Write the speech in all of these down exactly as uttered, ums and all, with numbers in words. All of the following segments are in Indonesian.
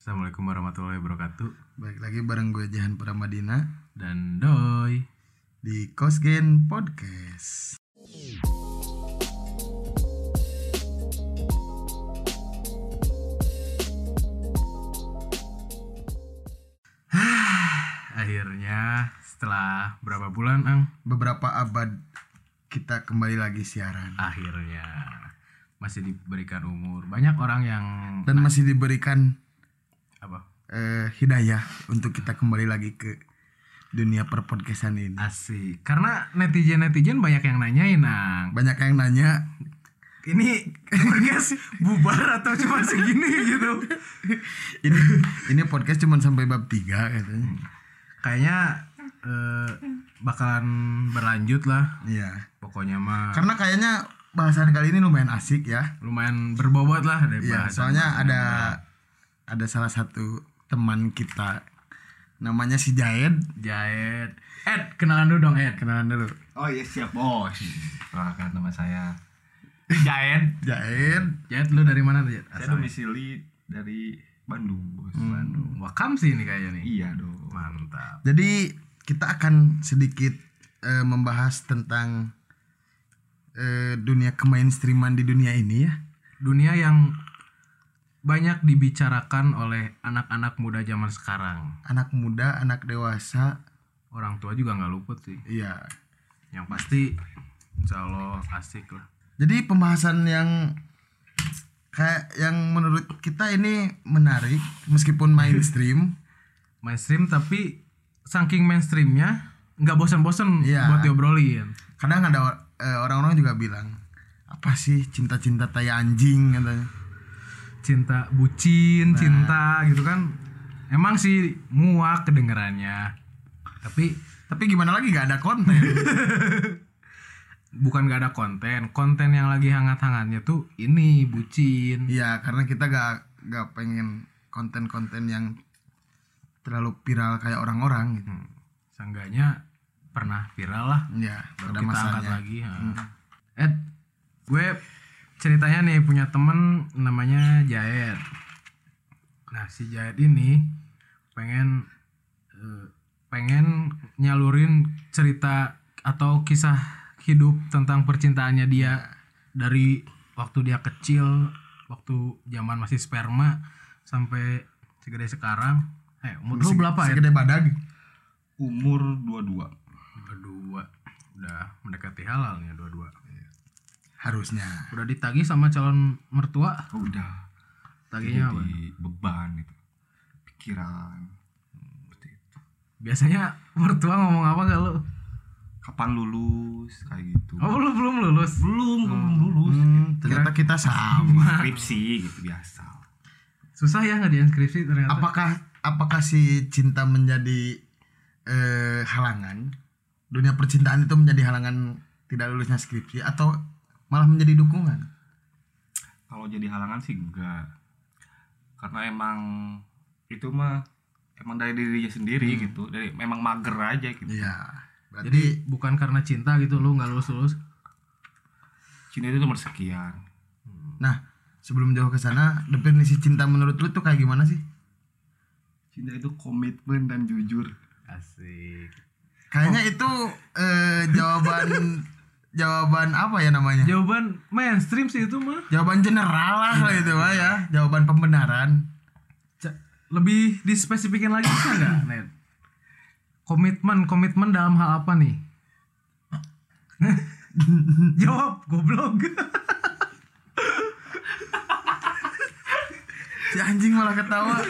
Assalamualaikum warahmatullahi wabarakatuh. Baik lagi bareng gue Jahan Pramadina Dan Doi di Kosgen Podcast. Akhirnya setelah berapa bulan, Ang? Beberapa abad kita kembali lagi siaran. Akhirnya masih diberikan umur. Banyak orang yang Dan masih diberikan apa? Eh, hidayah untuk kita kembali lagi ke dunia perpodcastan ini. Asik. Karena netizen-netizen banyak yang nanyain, Ang. Banyak yang nanya, ini podcast bubar atau cuma segini gitu. ini ini podcast cuma sampai bab tiga katanya. Kayaknya eh, bakalan berlanjut lah. Iya. Pokoknya mah Karena kayaknya bahasan kali ini lumayan asik ya. lumayan berbobot lah dari Iya, bahasan. soalnya ada ada salah satu teman kita namanya si Jaed. Jaed. Ed, kenalan dulu dong, Ed. Kenalan dulu. Oh iya siap bos. Perkenalkan nama saya Jaen. Jaed. Jaed, lu dari mana, Jaed? Saya domisili dari Bandung bos. Bandung. Wakam sih ini kayaknya nih. Iya dong. Mantap. Jadi kita akan sedikit eh, membahas tentang eh, dunia kemainstreaman di dunia ini ya. Dunia yang banyak dibicarakan oleh anak-anak muda zaman sekarang. Anak muda, anak dewasa. Orang tua juga nggak luput sih. Iya. Yang pasti insya Allah asik lah. Jadi pembahasan yang kayak yang menurut kita ini menarik meskipun mainstream. Mainstream tapi saking mainstreamnya nggak bosan-bosan Iya. buat diobrolin. Kadang ada eh, orang-orang juga bilang, apa sih cinta-cinta tai anjing katanya. Cinta bucin, Nah. cinta gitu kan. Emang sih muak kedengerannya. Tapi Tapi gimana lagi, gak ada konten. bukan gak ada konten. Konten yang lagi hangat-hangatnya tuh ini bucin. Iya, karena kita gak gak pengen konten-konten yang terlalu viral kayak orang-orang gitu. Hmm. Seenggaknya pernah viral lah. Iya, Baru pada kita angkat masanya. lagi. ha. Ed, gue ceritanya nih punya temen namanya Jaed. Nah si Jaed ini pengen eh, pengen nyalurin cerita atau kisah hidup tentang percintaannya dia dari waktu dia kecil, waktu zaman masih sperma sampai segede sekarang. Eh umur lu berapa ya? Segede badag. Umur dua puluh dua. Dua-dua. Udah mendekati halalnya dua-dua. Harusnya. Udah ditagih sama calon mertua. Oh, udah. Tagihnya apa? Jadi beban itu. Pikiran. Seperti itu. Biasanya mertua ngomong apa ke lu? Kapan lulus kayak gitu. Oh lu belum lulus? Belum, belum lulus. Hmm, ternyata kita sama. Skripsi gitu biasa. Susah ya ngerjain skripsi ternyata. Apakah apakah si cinta menjadi eh, halangan? Dunia percintaan itu menjadi halangan tidak lulusnya skripsi atau malah menjadi dukungan? Kalau jadi halangan sih enggak. Karena emang itu mah emang dari dirinya sendiri gitu. Dari memang mager aja gitu. Iya. Berarti Jadi bukan karena cinta gitu lu nggak lulus-lulus. Cinta itu nomor sekian. nah, sebelum jauh ke sana, definisi cinta menurut lu tuh kayak gimana sih? Cinta itu komitmen dan jujur. Asik. Kayaknya itu eh, jawaban jawaban apa ya namanya? Jawaban mainstream sih itu mah. Jawaban general lah kalau itu mah ya, jawaban pembenaran. Ca- Lebih dispesifikin lagi bisa nggak, Ned? Komitmen, komitmen dalam hal apa nih? Jawab, goblok. Si anjing malah ketawa.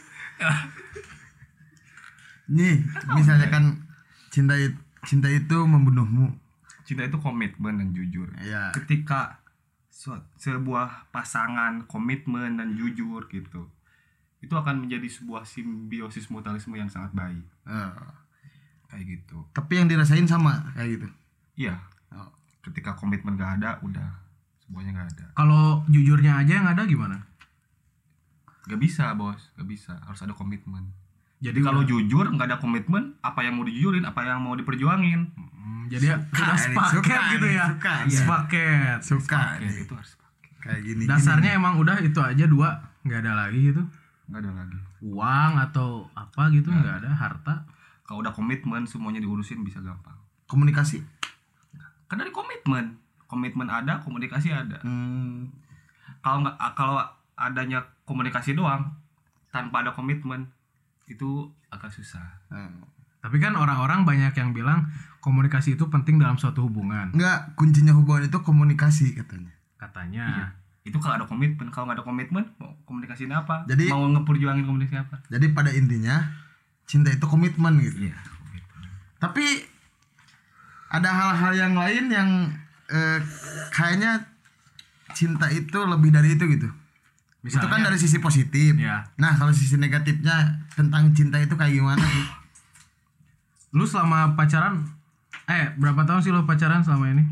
Nih, misalnya kan cinta it- cinta itu membunuhmu. Cinta itu komitmen dan jujur. Iya. Ketika su- sebuah pasangan komitmen dan jujur gitu, itu akan menjadi sebuah simbiosis mutualisme yang sangat baik. Eh, Kayak gitu. tapi yang dirasain sama kayak gitu. Iya. Oh. Ketika komitmen gak ada, udah semuanya gak ada. Kalau jujurnya aja yang ada gimana? Gak bisa bos, gak bisa. Harus ada komitmen. Jadi Jadi kalau udah- jujur nggak ada komitmen, apa yang mau dijujurin, apa yang mau diperjuangin? Hmm, jadi ya Suka udah ini, sepaket suka gitu ini, ya. suka, iya. Sepaket. Suka Oke, nih. itu harus pakai. Kayak gini. Dasarnya gini. emang udah itu aja dua, nggak ada lagi gitu. nggak ada lagi. Uang atau apa gitu nggak ada, harta. Kalau udah komitmen semuanya diurusin bisa gampang. Komunikasi. Kan dari komitmen, komitmen ada, komunikasi ada. Hmm. Kalau nggak, kalau adanya komunikasi doang tanpa ada komitmen itu agak susah. Hmm. Tapi kan orang-orang banyak yang bilang komunikasi itu penting dalam suatu hubungan. Enggak, kuncinya hubungan itu komunikasi katanya. Katanya. Iya. Itu kalau ada komitmen. Kalau nggak ada komitmen, mau komunikasiin apa? Jadi- mau ngeperjuangin komunikasi apa? Jadi pada intinya cinta itu komitmen gitu. Iya, komitmen. Tapi ada hal-hal yang lain yang eh, kayaknya cinta itu lebih dari itu gitu. Itu kan dari sisi positif. Ya. Nah, kalau sisi negatifnya tentang cinta itu kayak gimana sih? Lu selama pacaran, eh berapa tahun sih lu pacaran selama ini?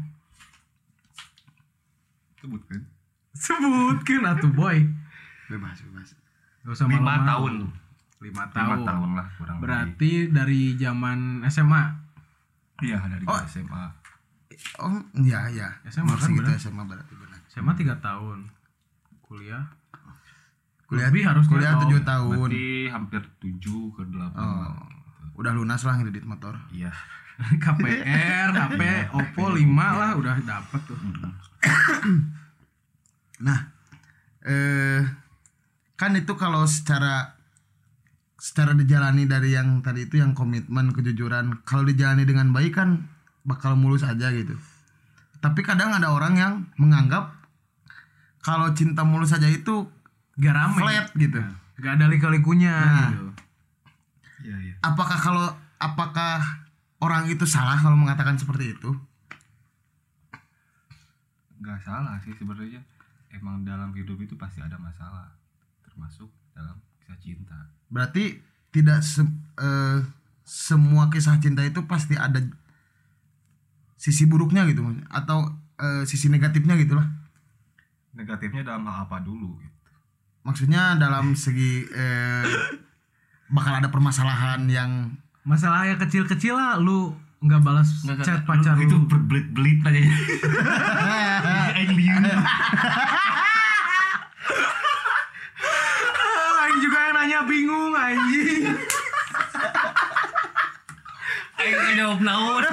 Sebutkan. Sebutkan atuh boy. Bebas, bebas. Gak usah Lima malu-malu. tahun. Lima Lima tahun. tahun lah kurang lebih. Berarti dari zaman S M A. Iya dari Oh. S M A. Oh, iya, iya. S M A kan Segitu benar? S M A berarti benar. S M A tiga tahun. Kuliah. Kuliah Lebih harusnya kuliah dong. tujuh tahun. Berarti hampir tujuh ke delapan. Oh. Udah lunas lah ngedit motor. Iya. K P R, H P, Oppo lima lah udah dapet tuh. Nah, eh kan itu kalau secara secara dijalani dari yang tadi itu yang komitmen, kejujuran, kalau dijalani dengan baik kan bakal mulus aja gitu. Tapi kadang ada orang yang menganggap kalau cinta mulus saja itu Gak rame. flat gitu. Gak ada liku-likunya Nah. gitu. Iya, iya. Apakah kalau apakah orang itu salah kalau mengatakan seperti itu? Nggak salah sih sebenarnya. Emang dalam hidup itu pasti ada masalah, termasuk dalam kisah cinta. Berarti tidak se- eh, semua kisah cinta itu pasti ada sisi buruknya gitu, atau eh, sisi negatifnya gitulah. Negatifnya dalam hal apa dulu gitu. Maksudnya dalam segi eh, bakal ada permasalahan yang Masalah yang kecil-kecil lah lu nggak balas Nggak, chat nggak, pacar lu, itu lu. berbelit-belit aja. Alien. Aing juga yang nanya bingung anjing. Ayo jawab naon.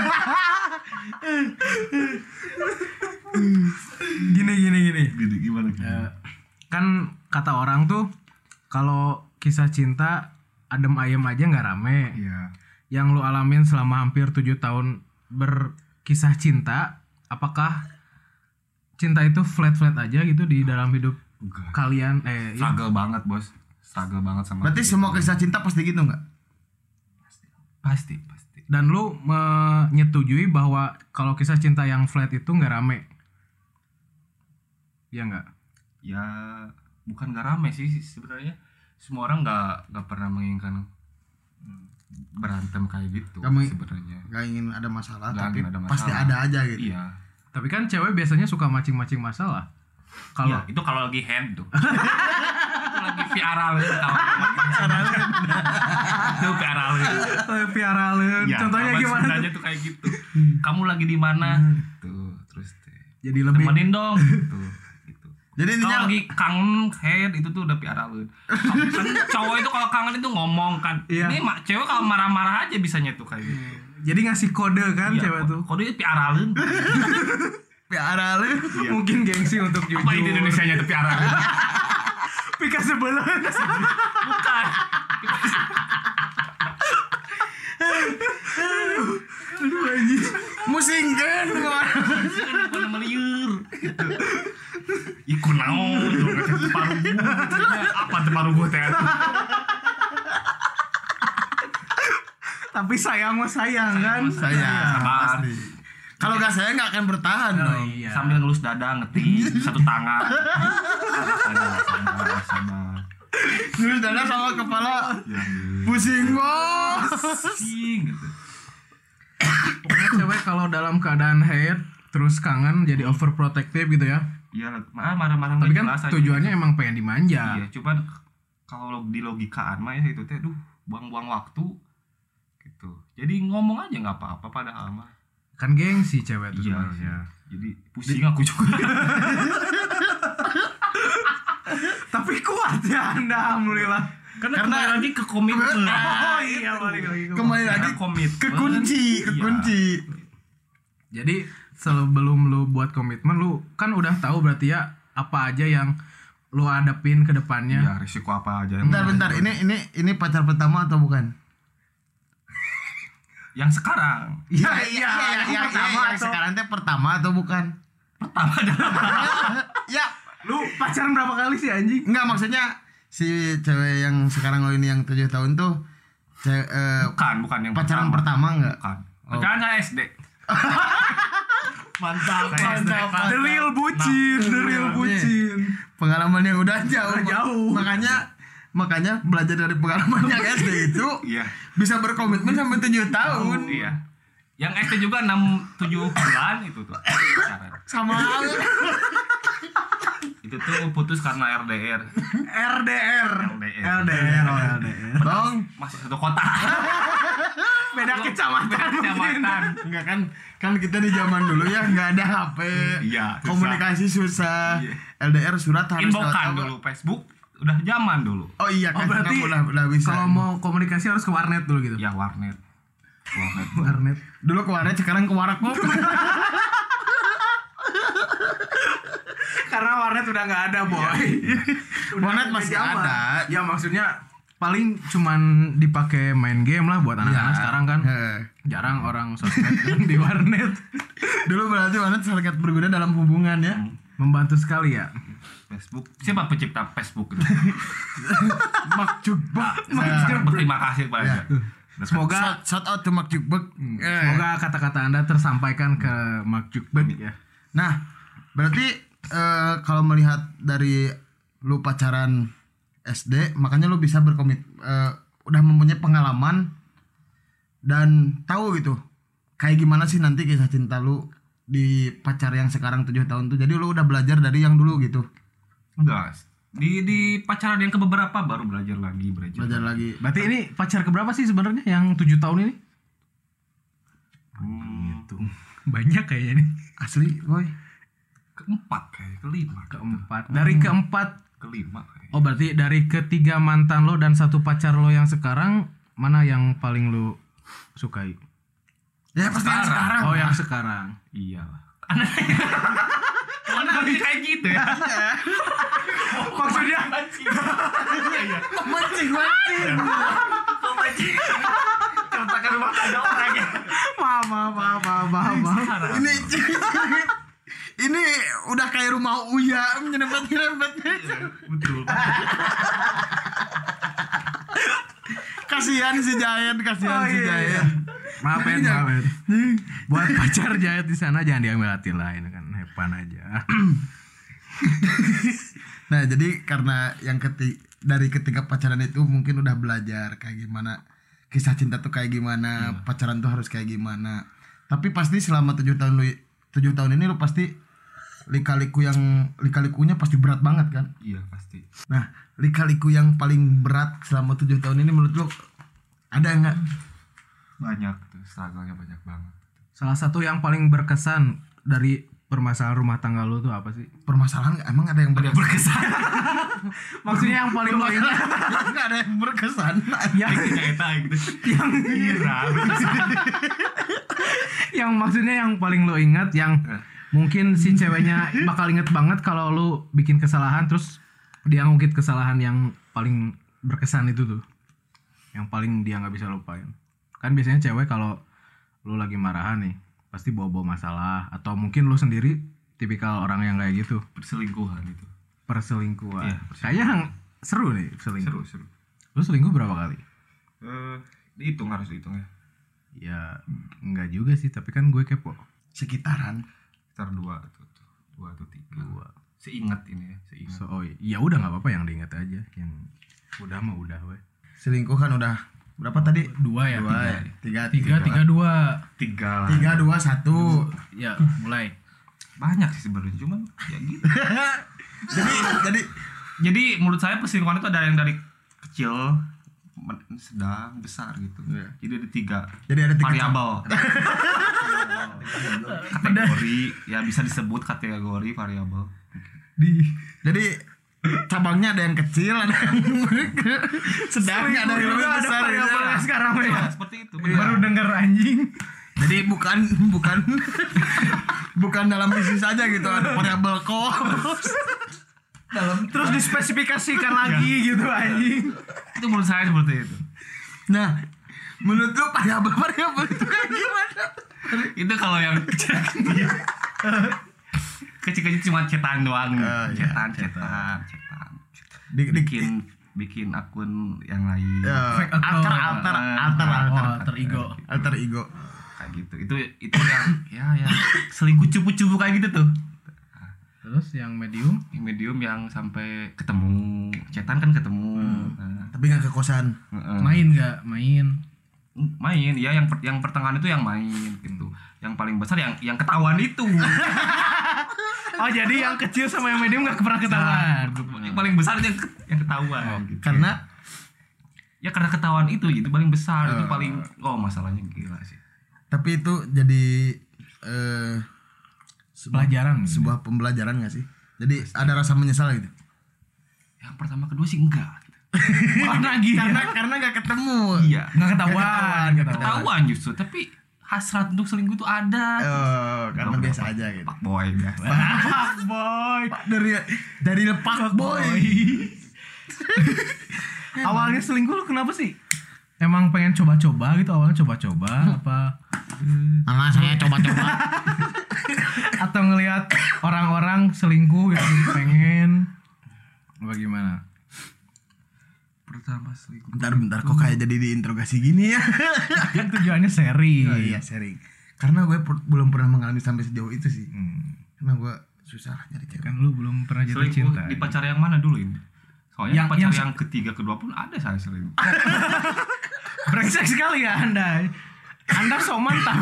Gini gini gini. Gini gimana gitu? Eh, kan kata orang tuh kalau kisah cinta adem ayem aja nggak rame. Iya. Yang lu alamin selama hampir tujuh tahun berkisah cinta, apakah cinta itu flat-flat aja gitu di dalam hidup Enggak. kalian? Eh, iya. Struggle banget, Bos. Struggle banget sama. berarti itu. semua kisah cinta pasti gitu nggak? pasti, pasti. Dan lu menyetujui bahwa kalau kisah cinta yang flat itu nggak rame? Iya nggak? Ya bukan gak rame sih sebenarnya. Semua orang nggak nggak pernah menginginkan berantem kayak gitu Nggak meng- sebenarnya. Nggak ingin ada masalah, Nggak tapi ingin ada masalah. pasti ada aja gitu. Iya. Tapi kan cewek biasanya suka macing-macing masalah. Kalau Iya, itu kalau lagi head tuh. Itu lagi viral itu tahu. Itu viral. piaraleun, Ya, contohnya apa gimana sebenarnya tuh? tuh kayak gitu. Kamu lagi di mana? Tuh, terus teh. Jadi lebih Temenin dong gitu. Gitu. Jadi Kalau intinya lagi kangen head itu tuh udah piaraleun. Kan cowok itu kalau kangen itu ngomong kan. Iya. Ini mak cewek kalau marah-marah aja bisanya tuh kayak gitu. jadi ngasih kode kan Iya, cewek tuh. kode itu piaraleun. piara lu. Iya. Mungkin gengsi untuk jujur. Apa itu Indonesianya tuh piaraleun? Pika sebelah. Bukan. Aduh anjing. Musingkeun Kan bukan meliur gitu. Iku naon tuh ngecek paru gua. Apa tuh paru gua teh? Tapi sayang mah sayang kan. mah sayang. Saya Sabar. pasti. Kalau nggak saya nggak akan bertahan Oh, dong. iya. Sambil ngelus dada ngetik satu tangan. Sabar, sabar, sabar. Terus dada sama kepala Ya, pusing bos. pusing gitu. Pokoknya cewek kalau dalam keadaan haid terus kangen jadi overprotective gitu ya. Iya, marah marah-marah Tapi nggak kan jelas aja. tujuannya emang pengen dimanja. Iya, cuman kalau di logikaan mah ya itu teh aduh buang-buang waktu gitu. Jadi ngomong aja nggak apa-apa padahal mah. Kan gengsi cewek tuh Iya, sebenarnya. Jadi pusing aku juga. Tapi Tapi kuat ya Anda, alhamdulillah. Karena, Karena- kembali lagi ke komitmen. Oh iya, balik lagi ke Kembali Karena lagi komitmen. ke kunci, ke Iya. kunci. Jadi sebelum lu buat komitmen lu kan udah tahu berarti ya apa aja yang lu hadapin ke depannya. Ya, risiko apa aja. Bentar, bentar. Ini ini ini pacar pertama atau bukan? Yang sekarang. Iya, iya, iya, iya, yang iya, pertama yang atau- sekarang teh pertama atau bukan? Pertama dalam Ya, Lu pacaran berapa kali sih anjing? enggak maksudnya si cewek yang sekarang lo ini yang tujuh tahun tuh ce- eh, bukan, bukan yang pacaran pertama. pertama enggak? Bukan. Oh. Pacaran S D. Mantap, Saya mantap, S D. The real bucin, the real Iya. bucin. Pengalaman yang udah jauh. Udah jauh. Makanya makanya belajar dari pengalaman yang S D itu Iya. bisa berkomitmen sampai tujuh tahun. Iya. Yang S D juga enam tujuh bulan itu tuh. Pacaran. Sama Itu tuh putus karena R D R. R D R. L D R. L D R, oh L D R. Dong. Masih satu kota. Beda kecamatan. Beda kecamatan. Enggak kan kan kita di zaman dulu ya nggak ada H P. Iya, susah. Komunikasi susah. Iya. L D R surat harus lewat Inbokan apa? dulu Facebook udah zaman dulu. Oh iya Oh kan berarti udah, udah bisa. kalau mau komunikasi harus ke warnet dulu gitu. Ya warnet. Warnet. Warnet. Dulu ke warnet sekarang ke warak kok. Karena warnet udah nggak ada boy. Udah Warnet beda masih zaman. ada. Ya maksudnya paling cuman dipakai main game lah buat anak-anak Iya. sekarang kan. Heeh. Jarang orang sosmed di warnet. Dulu berarti warnet sangat berguna dalam hubungan ya. Membantu sekali ya. Facebook. Siapa pencipta Facebook itu? Mark Zuckerberg. Nah, berterima kasih kepada Ya. dia. Semoga Shout, shout out to Mark Zuckerberg. Eh. semoga kata-kata Anda tersampaikan ke Mark Zuckerberg ya. Nah, berarti eh, kalau melihat dari lu pacaran S D, makanya lu bisa berkomit eh, udah mempunyai pengalaman dan tahu gitu kayak gimana sih nanti kisah cinta lu di pacar yang sekarang tujuh tahun tuh. Jadi lu udah belajar dari yang dulu gitu. Enggak. Di di pacaran yang ke beberapa baru belajar lagi, belajar. Belajar lagi. Berarti ini pacar keberapa sih sebenarnya yang tujuh tahun ini? Hmm, Gitu. Banyak kayaknya nih. Asli, boy. keempat kayak kelima. Keempat. Dari keempat. Kelima kayak. Oh berarti dari ketiga mantan lo dan satu pacar lo yang sekarang mana yang paling lo sukai? Ya pasti yang sekarang. Oh yang sekarang. Iya lah. Mana lebih kayak gitu ya? Maksudnya Mancing, mancing. Contohkan rumah tangga orang ya. maaf maaf maaf maaf maaf. maaf. Ini ini udah kayak rumah Uya nyerempet-nyerempet. Betul. Kasihan si Giant, kasihan Oh, si iya, iya. Giant. Maaf ya, maaf ya. Buat pacar Jayat di sana jangan diambil hati lah, ini kan hepan aja. Nah, jadi karena yang keti dari ketiga pacaran itu mungkin udah belajar kayak gimana kisah cinta tuh kayak gimana, pacaran tuh harus kayak gimana. Tapi pasti selama tujuh tahun lu tujuh tahun ini lu pasti lika-liku yang lika-likunya pasti berat banget kan? Iya pasti. Nah, lika-liku yang paling berat selama tujuh tahun ini menurut lu ada nggak? Banyak tuh, struggle-nya banyak banget. Salah satu yang paling berkesan dari permasalahan rumah tangga lu tuh apa sih? Permasalahan nggak? Emang ada yang Ada yang berkesan. Maksudnya yang paling lo ingat? nggak ada yang berkesan? yang Cerita gitu. yang Kira berkesan. yang maksudnya yang paling lo ingat yang mungkin si ceweknya bakal inget banget kalau lu bikin kesalahan terus dia ngungkit kesalahan yang paling berkesan itu tuh yang paling dia nggak bisa lupain. Kan biasanya cewek kalau lu lagi marahan nih pasti bawa-bawa masalah atau mungkin lu sendiri tipikal orang yang kayak gitu. Perselingkuhan itu. Perselingkuhan. Iya, Kayaknya yang seru nih selingkuh. Seru seru. Lu selingkuh berapa kali? Eh, dihitung harus dihitung ya. Ya enggak juga sih, tapi kan gue kepo. Sekitaran. Sekitar dua atau tuh, dua atau tiga. Dua. Seingat ini ya, seingat. So, oh, ya udah nggak apa-apa yang diingat aja. Yang udah mah udah we. Selingkuh kan udah berapa tadi? Dua ya. Dua, tiga. ya? tiga, Tiga, tiga, dua. Tiga lah. tiga, dua, satu. Ya, mulai. Banyak sih sebenarnya, cuman ya gitu. jadi, jadi Jadi menurut saya perselingkuhan itu ada yang dari kecil, men- sedang, besar gitu. Iya. Jadi ada tiga Jadi ada tiga variabel. Kategori, ya bisa disebut kategori variabel. Di jadi cabangnya ada yang kecil, ada yang sedang, ada yang lebih besar. Ada variabelnya sekarang Iya, ya. seperti itu. Baru denger anjing. Jadi bukan bukan bukan dalam bisnis aja gitu, ada variabel cost. Dalam terus dispesifikasikan lagi gitu anjing. Itu menurut saya seperti itu. Nah, menurut lu variabel variabel itu kayak gimana? Itu kalau yang kecil-kecil. Kecil-kecil cuma cetan doang. Oh, iya, cetan, cetan, cetan. Di, di, Bikin bikin akun yang lain. ya, Fake account. alter alter alter alter Oh, alter ego. alter ego. Kayak gitu. Itu itu yang ya ya selingkuh cupu-cupu kayak gitu tuh. Terus yang medium Yang medium yang sampai ketemu, cetan kan ketemu. Nah, Tapi nggak ke kosan. heeh. main nggak? Main. Main ya, yang per- yang pertengahan itu yang main gitu. Yang paling besar yang yang ketahuan itu. Oh jadi yang kecil sama yang medium nggak pernah ketahuan. Yang paling besar itu yang, ke- yang ketahuan gitu. Karena Ya karena ketahuan itu itu paling besar, itu paling oh masalahnya gila sih. tapi itu jadi eh sebuah, Pelajaran gitu. sebuah pembelajaran nggak sih? Jadi ada rasa menyesal gitu. Yang pertama kedua sih enggak gitu. Mana gitu? Karena karena nggak ketemu. Iya. Nggak ketahuan. Nggak ketahuan. Ketahuan justru, tapi hasrat untuk selingkuh itu ada. Oh, karena Udah biasa berapa? aja gitu. Pak boy biasa. Pak boy. Dari dari lepak boy. Awalnya selingkuh lu kenapa sih? Emang pengen coba-coba gitu awalnya coba-coba apa? Alah saya coba-coba. Atau ngelihat orang-orang selingkuh gitu jadi pengen apa gimana? Pertama selingkuh. Bentar bentar kok kayak jadi diinterogasi gini ya. Kan tujuannya sharing. Oh iya sharing. Karena gue per- belum pernah mengalami sampai sejauh itu sih. Hmm. Karena gue susah nyari cewek. Kan lu belum pernah jatuh Selingkuh cinta. di pacar yang mana dulu ini? Soalnya Yang- pacar yang yang, se- ketiga kedua pun ada saya selingkuh. Brengsek sekali ya Anda. Anda so mantap.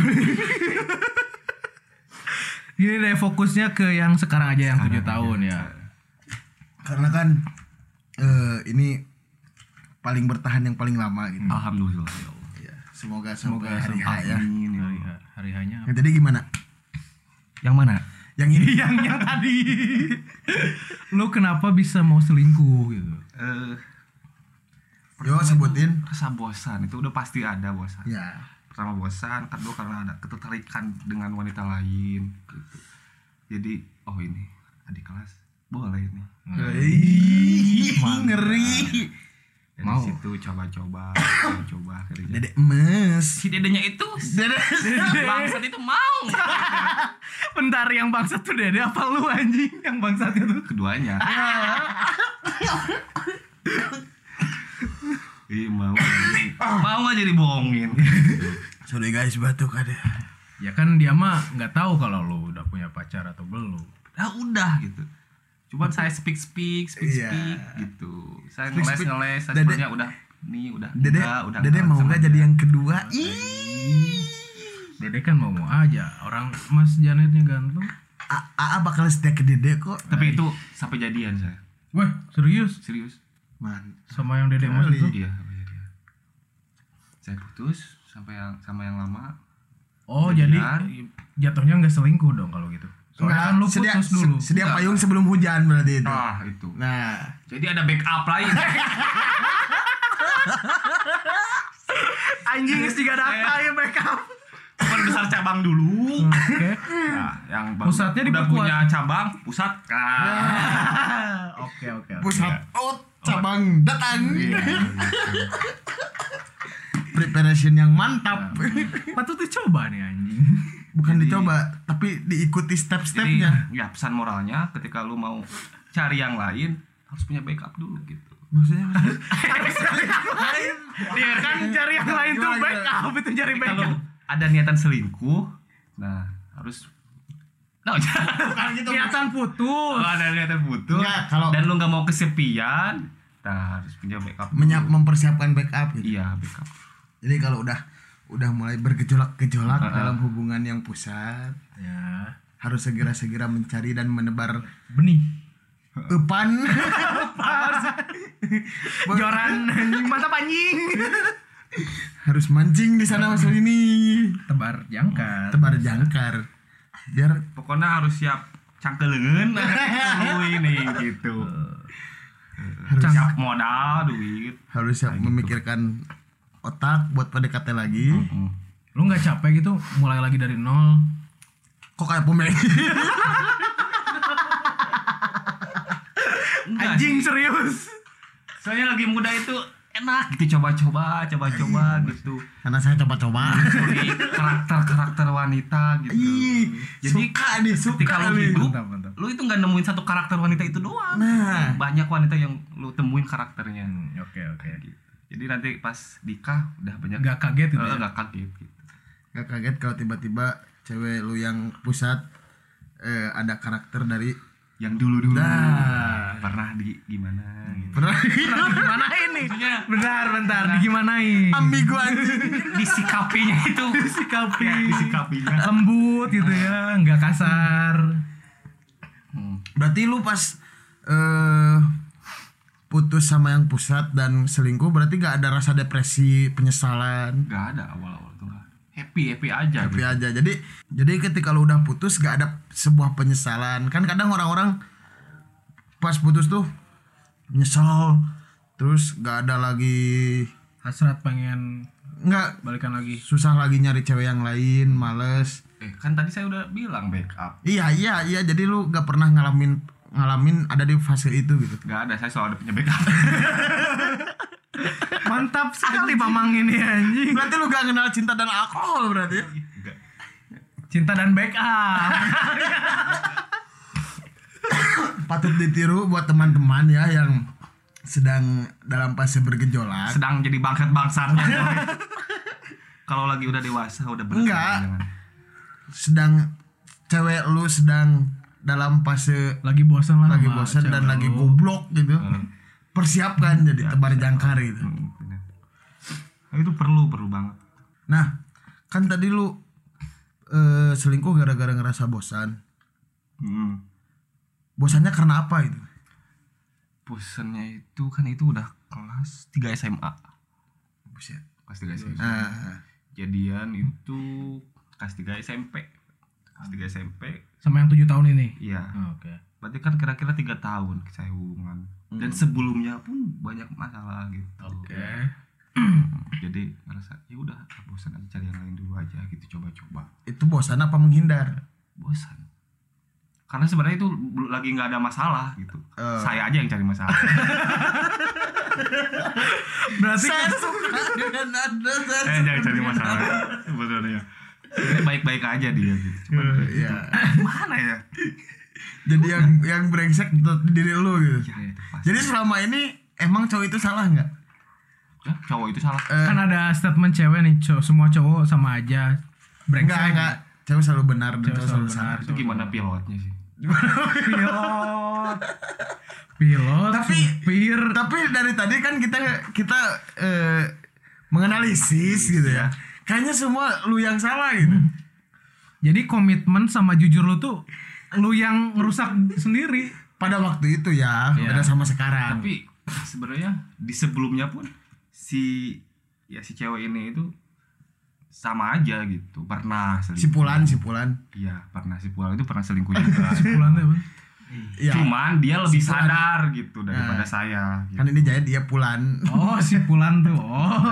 Gini deh fokusnya ke yang sekarang aja yang tujuh tahun ya. Karena kan eh, ini paling bertahan yang paling lama gitu. Alhamdulillah ya Allah. Ya, semoga Semoga semoga hari H ya. Amin ya Hari, Allah. hari hanya Nah, jadi gimana? Yang mana? Yang ini yang yang tadi. Lu kenapa bisa mau selingkuh gitu? Eh, Yo sebutin. rasa bosan itu udah pasti ada bosan. Ya. Pertama bosan, kedua karena ada ketertarikan dengan wanita lain gitu. Jadi oh ini adik kelas boleh nih. Ih, Mantap. ngeri. Dari Mau. situ coba-coba, coba-coba akhirnya. Dedek emes. Si dedenya itu Dedek. bangsat itu mau. Bentar yang bangsat tuh Dede apa lu anjing yang bangsat itu? Keduanya. Ih mau mau aja dibohongin. Sorry guys batuk ada. Ya kan dia mah nggak tahu kalau lu udah punya pacar atau belum. Ya udah gitu. Cuman saya speak speak speak Iya. speak gitu. Saya Speak, ngeles speak. ngeles. Saya Dede- sebenarnya udah nih udah Dede, enggak, udah Dede enggak mau sama nggak dia. jadi yang kedua? Ih. Dede kan mau mau aja. Orang Mas Janetnya ganteng. A- Aa bakal setia ke Dede kok. Tapi itu sampai jadian saya. Wah serius? Serius. Man. Sama yang Dede Kali. maksud tuh? Iya, sampai jadian. Saya putus sampai yang sama yang lama. Oh Jadian. jadi jatuhnya nggak selingkuh dong kalau gitu. Soalnya kan lu sedia, putus dulu. se- sedia Enggak. payung sebelum hujan berarti itu. Ah, itu. Nah, Jadi ada backup lain. Anjing juga data ya backup. Cuman besar cabang dulu. Oke. Nah, yang baru Pusatnya udah diperkuat. punya cabang, pusat. Nah. Oke oke. oke. pusat out cabang datang. Preparation yang mantap. Patut dicoba nih anjing. Bukan Jadi- dicoba, tapi diikuti Jadi, step-stepnya. ya pesan moralnya ketika lu mau cari yang lain harus punya backup dulu gitu. Maksudnya Dia kan cari yang lain tuh Gimana, backup itu cari Jadi kalau backup. ada niatan selingkuh, nah harus nah, bukan gitu. Kelihatan putus. kalau ada niatan butuh Enggak, kalau- dan lu nggak mau kesepian, nah harus punya backup. dulu. Menyiap mempersiapkan backup gitu. Iya, backup. Jadi kalau udah udah mulai bergejolak-gejolak Uh-uh. dalam hubungan yang pusat, Ya. harus segera-segera mencari dan menebar Benih. epan. Joran anjing mantap anjing. Harus mancing di sana Mas ini. Tebar jangkar. Tebar jangkar. Biar Pokoknya harus siap cangkelengan nah, ini gitu. harus siap modal duit. harus siap memikirkan otak buat P D K T lagi. Mm. Lu nggak capek gitu mulai lagi dari nol? Kok kayak pemain? Anjing serius. Soalnya lagi muda itu enak gitu, coba-coba, coba-coba gitu. Karena saya coba-coba. Sorry, karakter-karakter wanita gitu. Ih, Jadi suka nih, suka ketika lu nih. hidup, Mantap, mantap. lu itu nggak nemuin satu karakter wanita itu doang. Nah. Banyak wanita yang lu temuin karakternya. Hmm, Oke oke. Gitu. Jadi nanti pas nikah udah banyak. Nggak kaget gitu Eh, ya? nggak kaget gitu. Gak kaget kalau tiba-tiba cewek lu yang pusat eh, ada karakter dari Yang dulu-dulu Nah. pernah di gimana gitu. pernah Gimana ini? Maksudnya Bentar bentar digimanain? ambigu anjing. disikapinya itu Disikapi. ya, disikapinya. Lembut gitu ya, nggak kasar. Hmm. Berarti lu pas eh putus sama yang pusat dan selingkuh berarti gak ada rasa depresi, penyesalan, Nggak ada awal-awal tuh nggak. happy happy aja happy gitu. aja. Jadi jadi ketika lu udah putus gak ada sebuah penyesalan. Kan kadang orang-orang pas putus tuh nyesel, terus gak ada lagi, Hasrat pengen nggak balikan lagi. susah lagi nyari cewek yang lain, males. Eh kan tadi saya udah bilang backup. Iya iya iya, jadi lu gak pernah ngalamin ngalamin ada di fase itu gitu. Nggak ada, saya selalu ada punya backup. Mantap sekali Mamang ini anjing. Berarti lu gak kenal cinta dan alkohol berarti ya? Nggak. Cinta dan backup. Patut ditiru buat teman-teman ya yang sedang dalam fase bergejolak. Sedang jadi bangsat bangsatnya. Kalau lagi udah dewasa udah bener. Enggak. Jangan. Sedang cewek lu sedang dalam fase Lagi bosan lah. lagi sama bosan dan cewek lagi lu. goblok gitu. Hmm. Persiapkan jadi Ya, tebar jangkar gitu. Hmm, bener. Nah, itu perlu perlu banget. Nah, kan tadi lu eh, selingkuh gara-gara ngerasa bosan. Hmm. Bosannya karena apa itu? Bosannya itu kan itu udah kelas tiga S M A. Buset. Kelas tiga S M A. Ah, Jadian itu kelas tiga S M P. Kelas tiga S M P. Sama yang tujuh tahun ini. Iya. Oh, Oke. Berarti kan kira-kira tiga tahun saya hubungan. Dan sebelumnya pun banyak masalah gitu. Oke. Jadi ngerasa ya udah bosan aja, cari yang lain dulu aja gitu, coba-coba. itu bosan apa menghindar? Bosan. Karena sebenarnya itu bel- lagi nggak ada masalah gitu. Eh. Saya aja yang cari masalah. Berarti Saya kan suka dengan nada saya Saya jangan cari masalah sebenarnya. Ini baik-baik aja dia gitu. Cuman Iya. gimana ya? Jadi yang yang brengsek tetap diri lu gitu. Ya itu pasti. Jadi selama ini emang cowok itu salah nggak? Ya, cowok itu salah. Eh, kan ada statement cewek nih, cowok semua cowok sama aja. Brengsek. enggak enggak. Cewek selalu benar dan Cewek cowok selalu selalu salah. Itu gimana pilotnya sih? Pilot. Pilot. Tapi- supir. Tapi dari tadi kan kita kita eh, menganalisis gitu ya. Kayaknya semua lu yang salah gitu. Jadi komitmen sama jujur lu tuh lu yang ngerusak sendiri. Pada waktu itu ya, Iya. beda sama sekarang. Tapi sebenarnya di sebelumnya pun si ya si cewek ini itu sama aja gitu, pernah selingkuh. Sipulan, sipulan. Iya, pernah si Pulang itu pernah selingkuh juga. Bulan tuh apa? Iya. Cuman dia lebih Sipulan. sadar gitu daripada Nah. saya. Gitu. Kan ini Jaya dia pulan. Oh, si Pulan tuh. Oh.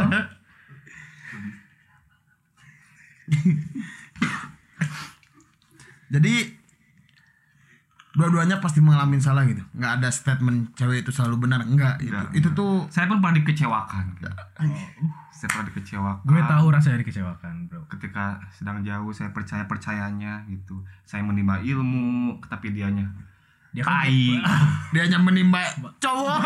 Jadi dua-duanya pasti mengalami salah gitu. Nggak ada statement cewek itu selalu benar. Enggak. Itu, Enggak, itu enggak. tuh Saya pun pernah dikecewakan. Gitu. Saya pernah dikecewakan. Gue tahu rasanya dikecewakan, Bro. Ketika sedang jauh saya percaya percayanya gitu. Saya menimba ilmu, tapi dianya Dia kan tai. dia hanya menimba cowok.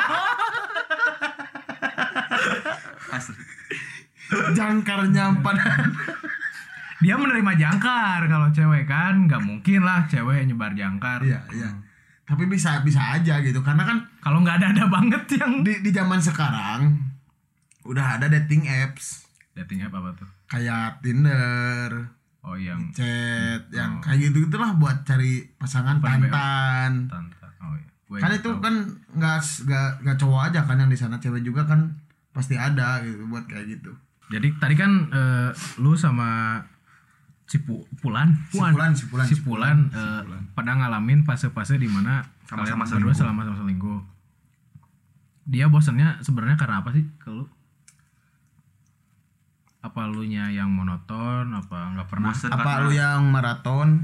Asli. Jangkarnya pada dia menerima jangkar. Kalau cewek kan nggak mungkin lah cewek nyebar jangkar. Iya, iya. Tapi bisa bisa aja gitu. Karena kan Kalau nggak ada-ada banget yang di di zaman sekarang udah ada dating apps dating app apa tuh? kayak Tinder, Oh, yang chat, yang kayak gitu gitulah buat cari pasangan Bukan B O. tantan. tante. Oh iya. Gue Kan nggak itu tahu. kan nggak nggak nggak cowok aja kan yang di sana, cewek juga kan pasti ada gitu buat kayak gitu. Jadi tadi kan eh, lu sama si Pu- Pulan, Si Pulan, si Pulan, si si Pulan, eh, pada ngalamin fase-fase di mana Sama-sama kalian berdua selingkuh. selama sama selingkuh. dia bosennya sebenarnya karena apa sih ke lu? Apa lu nya yang monoton, apa nggak pernah? Bosen Apa karena- lu yang maraton?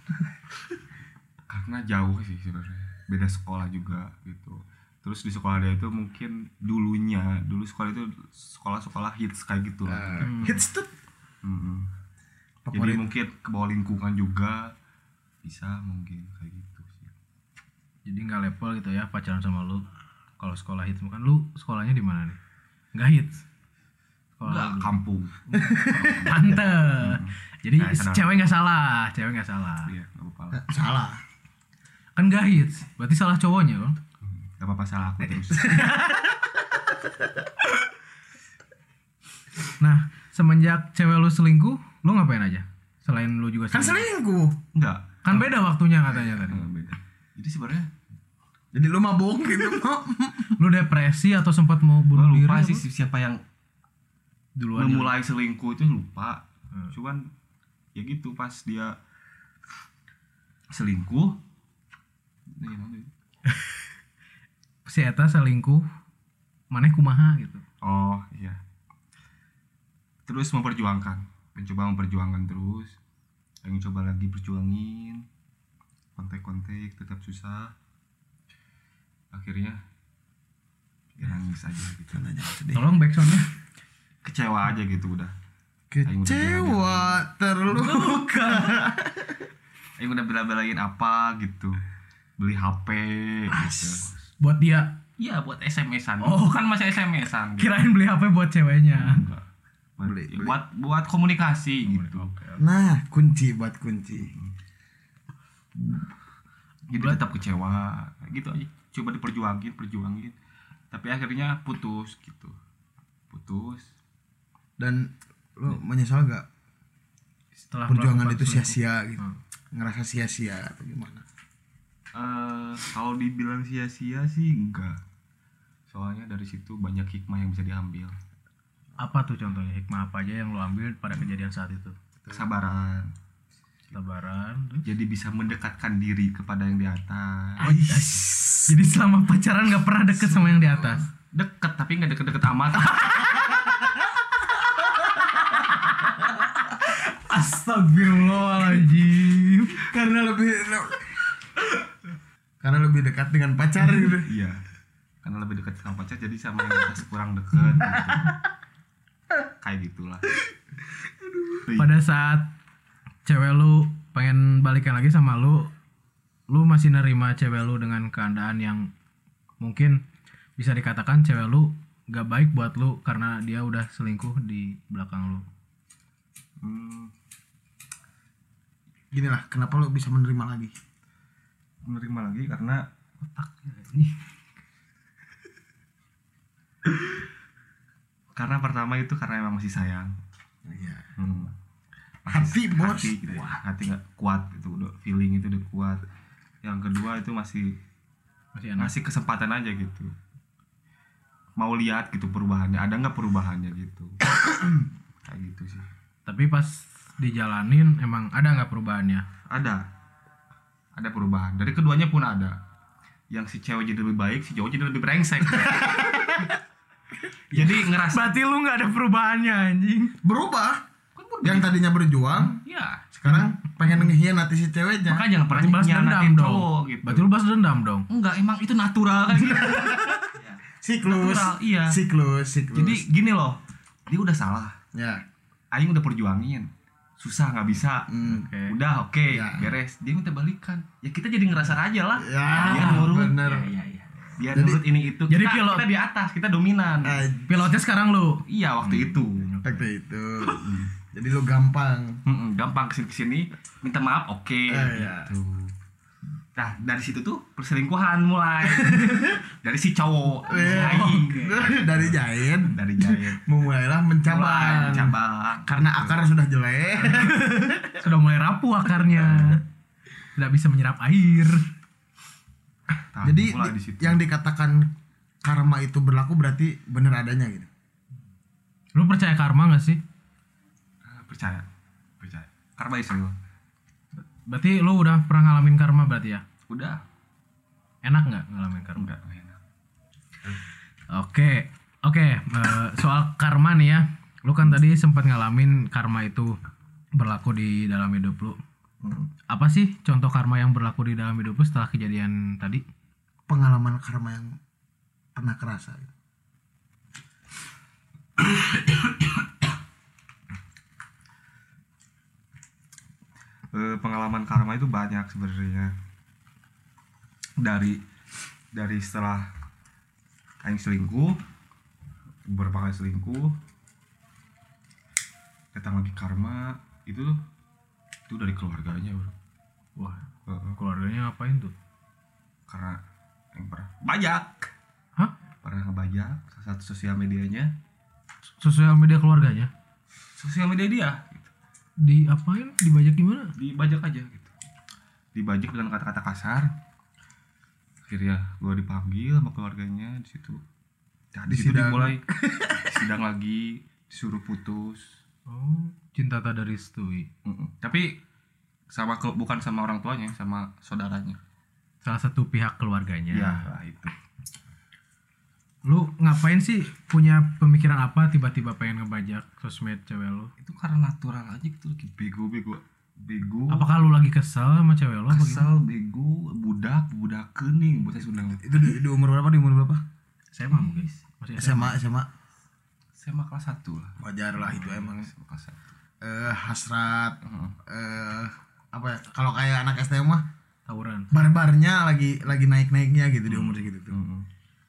karena jauh sih sebenarnya, beda sekolah juga gitu. Terus di sekolah dia itu mungkin dulunya dulu sekolah itu sekolah-sekolah hits kayak gitu lah. Uh, hits tuh Mm-mm. Jadi favorit. mungkin ke bawah lingkungan juga bisa mungkin kayak gitu sih. Jadi nggak level gitu ya pacaran sama lu. Kalau sekolah hits kan lu sekolahnya di mana nih? Nggak hits. Sekolah Enggak, lu. kampung. Tante. Jadi Nah, sadar. cewek nggak salah, cewek nggak salah. Iya, enggak apa-apa. lah. Salah. Kan nggak hits, berarti salah cowoknya kan? Enggak apa-apa salah aku terus. Nah, semenjak cewek lu selingkuh, lu ngapain aja? Selain lu juga Kan selingkuh. selingkuh. Enggak. Kan beda waktunya katanya tadi. Enggak beda. Jadi sebenarnya Jadi lu mabuk gitu. Lu depresi atau sempat mau gue bunuh diri? lupa apa? sih siapa yang Duluan. memulai selingkuh itu lupa. Hmm. Cuman ya gitu pas dia selingkuh. Iya, nanti. Si Eta selingkuh, maneh kumaha gitu. Oh iya. Terus memperjuangkan, mencoba memperjuangkan terus, yang coba lagi perjuangin, kontek-kontek tetap susah. Akhirnya ya nangis aja gitu. Tolong backsoundnya. Kecewa aja gitu udah. Kecewa terluka. Yang udah bela-belain apa gitu, beli H P gitu. Buat dia. Iya buat S M S-an. Oh. Kan masih S M S-an. Gitu. Kirain beli H P buat ceweknya. Enggak. Buat, Beli, beli. buat buat komunikasi gitu. Nah, kunci buat kunci. Jadi tetap kecewa gitu aja. Coba diperjuangin, perjuangin. Tapi akhirnya putus gitu. Putus. Dan lu menyesal gak Setelah perjuangan melakukan itu selingkuh. sia-sia gitu? Hmm. Ngerasa sia-sia atau gimana? Eh kalau dibilang sia-sia sih enggak. Soalnya dari situ banyak hikmah yang bisa diambil. Apa tuh contohnya? Hikmah apa aja yang lu ambil pada kejadian saat itu? Kesabaran. Kesabaran. Terus? Jadi bisa mendekatkan diri kepada yang di atas. Jadi selama pacaran nggak pernah deket sama yang di atas. Deket tapi nggak deket-deket amat. Astagfirullahaladzim. Karena lebih karena lebih dekat dengan pacar gitu. Iya. Karena lebih dekat sama pacar jadi sama yang di atas kurang deket gitu. Kayak gitulah. Pada saat cewek lu pengen balikan lagi sama lu, lu masih nerima cewek lu dengan keadaan yang mungkin bisa dikatakan cewek lu gak baik buat lu karena dia udah selingkuh di belakang lu. Hmm, Gini lah, kenapa lu bisa menerima lagi? menerima lagi karena Otaknya ini. karena pertama itu karena emang masih sayang. Iya. Hmm. Hati, bos. Hati, gitu ya. Hati nggak kuat itu udah feeling itu udah kuat. Yang kedua itu masih Masih enak. ngasih kesempatan aja gitu. Mau lihat gitu perubahannya, ada nggak perubahannya gitu. Kayak gitu sih. Tapi pas dijalanin emang ada nggak perubahannya? Ada. Ada perubahan. Dari keduanya pun ada. Yang si cewek jadi lebih baik, si cowok jadi lebih brengsek. Jadi ngerasa Berarti lu nggak ada perubahannya anjing. Berubah. Yang tadinya berjuang, ya, sekarang pengen ngehianati si ceweknya. makanya jangan pernah Balas dendam nyianatin dong. cowok gitu. Berarti lu balas dendam dong. Enggak, emang itu natural kan gitu. Siklus. Natural, iya. Siklus, siklus. Jadi gini loh, dia udah salah. ya. Aing udah perjuangin, susah nggak bisa. Hmm. Oke. Udah oke, Ya. beres. Dia minta balikan. Ya kita jadi ngerasa aja lah. Ya, dia nurut. bener. Ya, ya, ya. Dia Jadi- nurut ini itu. jadi kita, pilot- kita di atas, kita dominan. Eh, Pilotnya sekarang lu. Iya waktu itu. waktu itu. Jadi lu gampang. Mm-mm, gampang kesini kesini, minta maaf, oke. Eh, ya. gitu. Nah dari situ tuh perselingkuhan mulai. Dari si cowok, Iya. Aing. Dari jahit Dari jahit. memulailah Mulai mencabang. cabang. Karena akar sudah jelek. Sudah mulai rapuh akarnya. Tidak bisa menyerap air. Nah, Jadi mulai di- di situ. yang dikatakan karma itu berlaku berarti bener adanya gitu. Lu percaya karma gak sih? percaya, percaya. Karma is real. Berarti lu udah pernah ngalamin karma berarti ya? Udah. Enak nggak ngalamin karma? Enggak, enggak enak. Oke, oke. eh, soal karma nih ya. Lu kan tadi sempat ngalamin karma itu berlaku di dalam hidup lu. Apa sih contoh karma yang berlaku di dalam hidup lu setelah kejadian tadi? Pengalaman karma yang pernah kerasa gitu. Eh, pengalaman karma itu banyak sebenarnya. Dari dari setelah aing selingkuh, beberapa kali selingkuh, datang lagi karma itu itu dari keluarganya, bro. Wah, Heeh. keluarganya ngapain tuh? Karena yang pernah bajak, Hah? pernah ngebajak salah satu sosial medianya, Sosial media keluarganya? sosial media dia, gitu. Di apain? Dibajak gimana? Dibajak aja gitu, dibajak dengan kata-kata kasar. Akhirnya gue dipanggil sama keluarganya di situ. Nah, di situ Disidang. dimulai sidang lagi, disuruh putus. Oh, cinta tak dari restui. Mm-mm. Tapi sama ke- bukan sama orang tuanya, sama saudaranya. Salah satu pihak keluarganya. Ya, lah itu. Lu ngapain sih, punya pemikiran apa tiba-tiba pengen ngebajak sosmed cewek lu? Itu karena natural aja gitu, lagi bego-bego, bego. Apakah lu lagi kesel sama cewek lu? apa gimana? Kesel, bego, budak, budak kening, buat Sunda. Itu di, di umur berapa? Di umur berapa? S M A mungkin. Masih S M A, S M A. Saya kelas satu lah. Wajar lah itu emang. S M A kelas satu. Eh hasrat Heeh. eh apa ya? Kalau kayak anak S D mah Tawuran. barbarnya lagi lagi naik-naiknya gitu di umur segitu tuh. Mm-mm.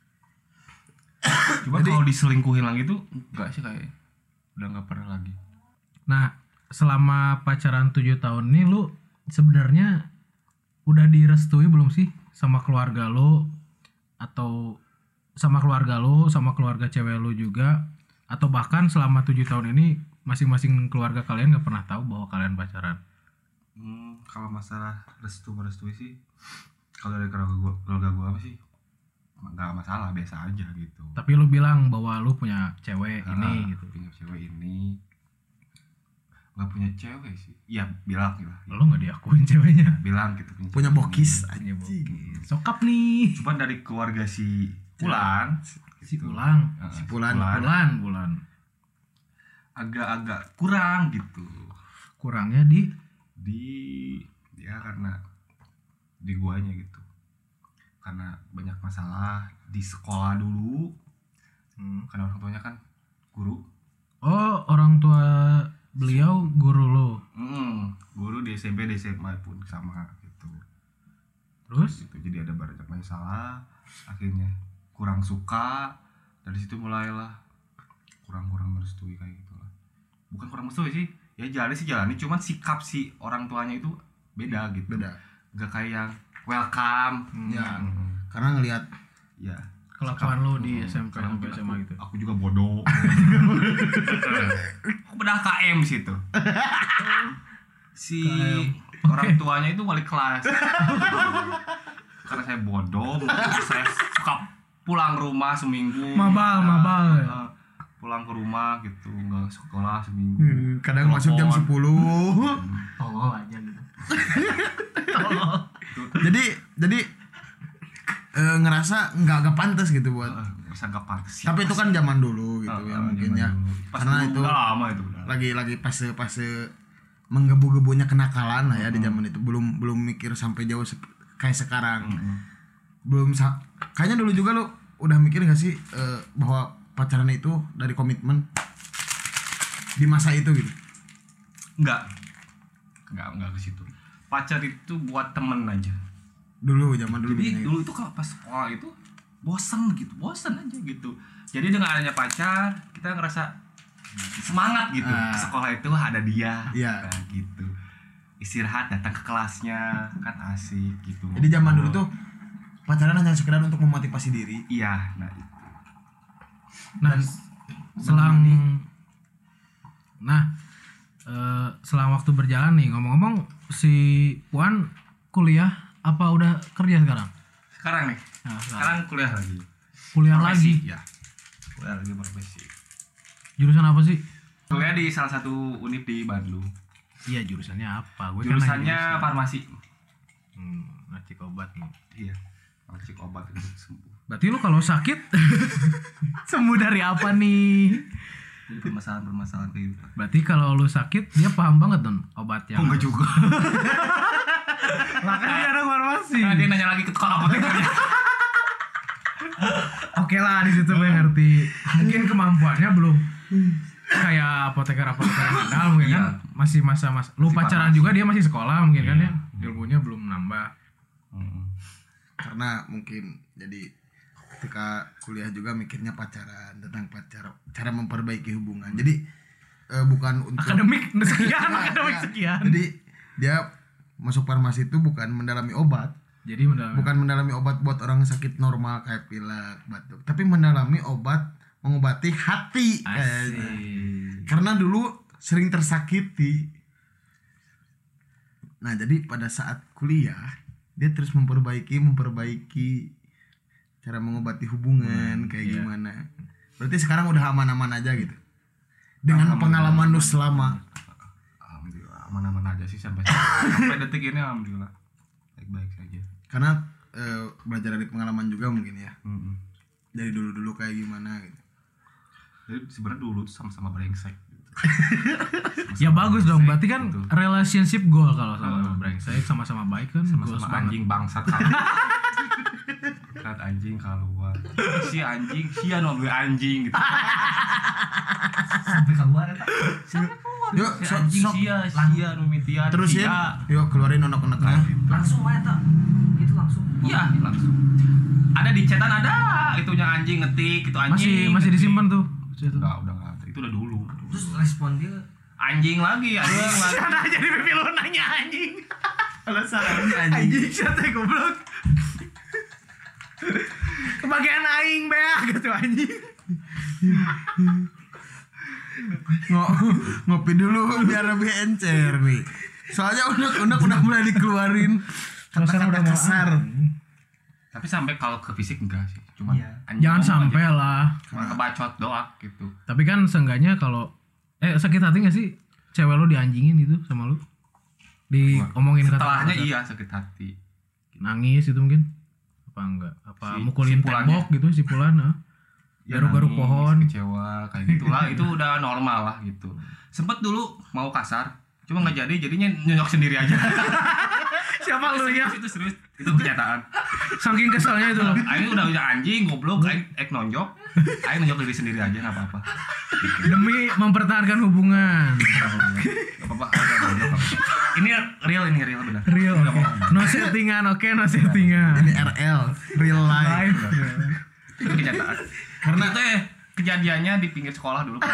Cuma kalau diselingkuhin lagi tuh enggak sih, kayak udah nggak pernah lagi. Nah, selama pacaran tujuh tahun nih lu sebenarnya udah direstui belum sih sama keluarga lu, atau sama keluarga lu, sama keluarga cewek lu juga, atau bahkan selama tujuh tahun ini masing-masing keluarga kalian nggak pernah tahu bahwa kalian pacaran? Hmm, kalau masalah restu merestui sih, kalau dari keluarga gua, keluarga gua apa sih, nggak masalah, biasa aja gitu. Tapi lu bilang bahwa lu punya cewek Ah, ini gitu. punya cewek ini, nggak punya cewek sih, iya bilang gitu, Lu nggak diakuin ceweknya. bilang gitu Punya cewek bokis ini. Punya anjing. bokis. Sokap nih. Cuma dari keluarga si Pulan, Si gitu. Pulang. Ah, Si Pulan. Bulan, bulan. agak-agak kurang gitu Kurangnya di di ya karena di guanya gitu, karena banyak masalah di sekolah dulu. Hmm. Karena orang tuanya kan guru. Oh, orang tua beliau guru lo. Mm, guru di S M P, di S M A pun sama gitu. Terus? Gitu. Jadi ada banyak masalah, akhirnya kurang suka, dari situ mulailah kurang-kurang merestui kayak gitulah. Bukan kurang merestui sih, ya jalani sih jalani, cuman sikap si orang tuanya itu beda gitu. Beda. Gak kayak yang welcome. Ya. Mm, Karena ngelihat ya. Kelakuan sikap. lo di Mm, S M P karena sampai mungkin S M A aku- gitu. Aku juga bodoh. Aku bedah K M situ. Si K M. orang tuanya itu wali kelas. Karena saya bodoh, makanya saya suka pulang rumah seminggu. Mabal, Nah, mabal. uh, pulang ke rumah gitu, nggak sekolah seminggu. hmm, kadang masuk jam Telepon. sepuluh. Tolol aja gitu. jadi jadi eh, ngerasa nggak nggak pantas gitu buat. Uh, Masa nggak pantas. Tapi itu kan zaman dulu gitu Uh, ya uh, mungkin zaman ya. dulu. Pas Karena dulu itu udah lama itu udah. lagi lagi fase fase menggebu-gebunya kenakalan lah ya di zaman itu. Belum belum mikir sampai jauh sep- kayak sekarang. Mm-mm. Belum sa- kayaknya dulu juga lo udah mikir gak sih eh, bahwa pacaran itu dari komitmen di masa itu gitu. Enggak. Enggak, enggak ke situ. Pacar itu buat temen aja. Dulu zaman dulu Jadi begini. dulu itu kalau pas sekolah itu bosen gitu, bosen aja gitu. Jadi dengan adanya pacar, kita ngerasa semangat gitu. Ah. Sekolah itu ada dia. Iya. Nah, gitu. Istirahat datang ke kelasnya, kan asik gitu. Jadi zaman dulu tuh pacaran hanya sekedar untuk memotivasi diri. Iya, nah itu. Nah, Dan selang menemani- Nah, eh, selang waktu berjalan nih, ngomong-ngomong si Puan kuliah apa udah kerja sekarang? Sekarang nih, Nah, sekarang. sekarang kuliah lagi. Kuliah Profesi, lagi. Ya. Kuliah lagi profesi. Jurusan apa sih? Kuliah di salah satu univ di Bandung. Iya, jurusannya apa? Gue kan Jurusannya nanya jurusan. farmasi. Hmm, ngacik obat nih. Iya. Ngecek obat untuk sembuh. Berarti lu kalau sakit sembuh dari apa nih? Jadi permasalahan-permasalahan kehidupan. Berarti kalau lu sakit dia paham banget dong obatnya. Oh enggak juga. Lah kan dia anak farmasi. Nah, dia nanya lagi ke tukang apotekernya. Oke lah di situ gue ngerti. Mungkin kemampuannya belum kayak apoteker-apoteker yang ada mungkin Iya. kan masih masa-masa. Lu Masih pacaran farmasi. juga dia masih sekolah mungkin kan Iya. ya. Ilmunya belum nambah. Hmm. Karena mungkin jadi ketika kuliah juga mikirnya pacaran, tentang pacar, cara memperbaiki hubungan. Jadi eh, bukan untuk Akademik sekian, akademik sekian. Jadi dia masuk farmasi itu bukan mendalami obat, Jadi udah bukan mendalami obat buat orang sakit normal kayak pilek, batuk, tapi mendalami obat mengobati hati kayaknya. asik. Karena dulu sering tersakiti. Nah, jadi pada saat kuliah dia terus memperbaiki, memperbaiki cara mengobati hubungan kayak iya. gimana. Berarti sekarang udah aman-aman aja gitu. Dengan Alhamdulillah. pengalaman lu selama. Alhamdulillah aman-aman aja sih sampai sampai detik ini alhamdulillah baik-baik saja. Karena eh, belajar dari pengalaman juga mungkin ya. Mm-mm. Dari dulu-dulu kayak gimana gitu. Jadi sebenarnya dulu tuh sama-sama brengsek. Ya bagus dong, berarti kan Gitu. relationship goal kalau sama Hmm. brengsek sama-sama baik kan goals Sama-sama banget. anjing bangsat keluar. Kat anjing keluar. Si anjing, sia no gue anjing gitu. Sampai keluar eta. Yuk, Si sok, anjing sok. sia, sia nu mitian. Terusin. sia. Yuk keluarin unek-uneknya. Langsung mah eta. Itu langsung. Iya, langsung. Ada di chatan ada itunya anjing ngetik itu anjing. Masih masih ngetik. disimpan tuh. Udah, udah enggak ada. Itu udah dulu. Terus respon dia Anjing lagi, anjing lagi. Sana jadi pipi lu nanya anjing. Alasannya anjing. Anjing siapa goblok. Kebagian aing beak gitu anjing. Ngo ngopi dulu biar lebih encer nih. Soalnya unek-unek udah mulai dikeluarin. Suasana udah Kata-kata mau kasar. Tapi sampai kalau ke fisik enggak sih. Cuman Iya. anjing Jangan ngomong sampai aja. lah. Cuma kebacot doang gitu. Tapi kan seenggaknya kalau eh sakit hati gak sih cewek lu dianjingin gitu sama lu? Diomongin kata-kata Setelahnya kasar. iya sakit hati. Nangis itu mungkin apa enggak? Apa Si- mukulin sipulannya. tembok gitu sipulan ah. Ya, Garuk-garuk nangis, pohon. kecewa kayak gitulah itu udah normal lah gitu. Sempet dulu mau kasar cuma nggak jadi jadinya nyonyok sendiri aja. Siapa lu ya? Itu serius itu kenyataan. Saking keselnya itu loh. Aing udah udah anjing goblok aing ek nonjok. Aing nonjok diri sendiri aja nggak apa-apa. Demi mempertahankan hubungan. Gak apa-apa. ada nonjok, apa-apa. Ini real ini real benar. Real. Nggak Oke. bohong. No settingan, oke, no settingan. Ini R L, real life. Live. Itu kenyataan. Karena Itu ya kejadiannya di pinggir sekolah dulu.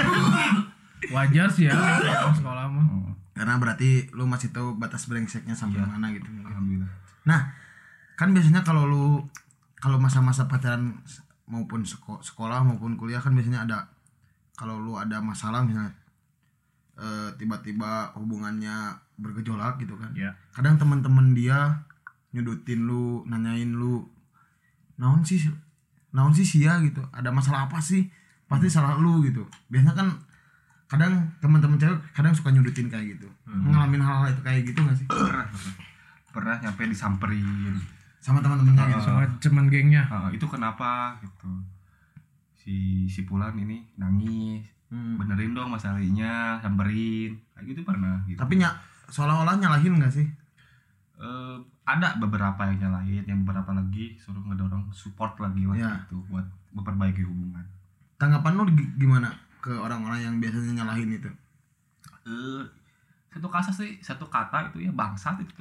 Wajar sih ya orang sekolah mah. karena berarti lu masih tahu batas brengseknya sampai Iya. mana gitu. Alhamdulillah. Nah, kan biasanya kalau lu kalau masa-masa pacaran maupun seko- sekolah maupun kuliah kan biasanya ada kalau lu ada masalah misalnya eh, tiba-tiba hubungannya bergejolak gitu kan. Ya. Kadang teman-teman dia nyudutin lu, nanyain lu, naon sih, naon sih sia gitu. Ada masalah apa sih? Pasti salah lu gitu. Biasanya kan kadang teman-teman cewek kadang suka nyudutin kayak gitu. Ngalamin hal-hal itu kayak gitu gak sih? Pernah. Pernah nyampe disamperin. Sama teman-temannya gitu. Sama cuman gengnya. Ah, itu kenapa gitu. Si si Pulan ini nangis. Hmm. Benerin dong masalahnya, samperin. Kayak gitu pernah gitu. Tapi ny- seolah-olah nyalahin gak sih? Eh, ada beberapa yang nyalahin, yang beberapa lagi suruh ngedorong support lagi lah Ya. gitu buat memperbaiki hubungan. Tanggapan lu gi- gimana ke orang-orang yang biasanya nyalahin itu? Eh, satu kata sih, satu kata itu ya bangsat itu.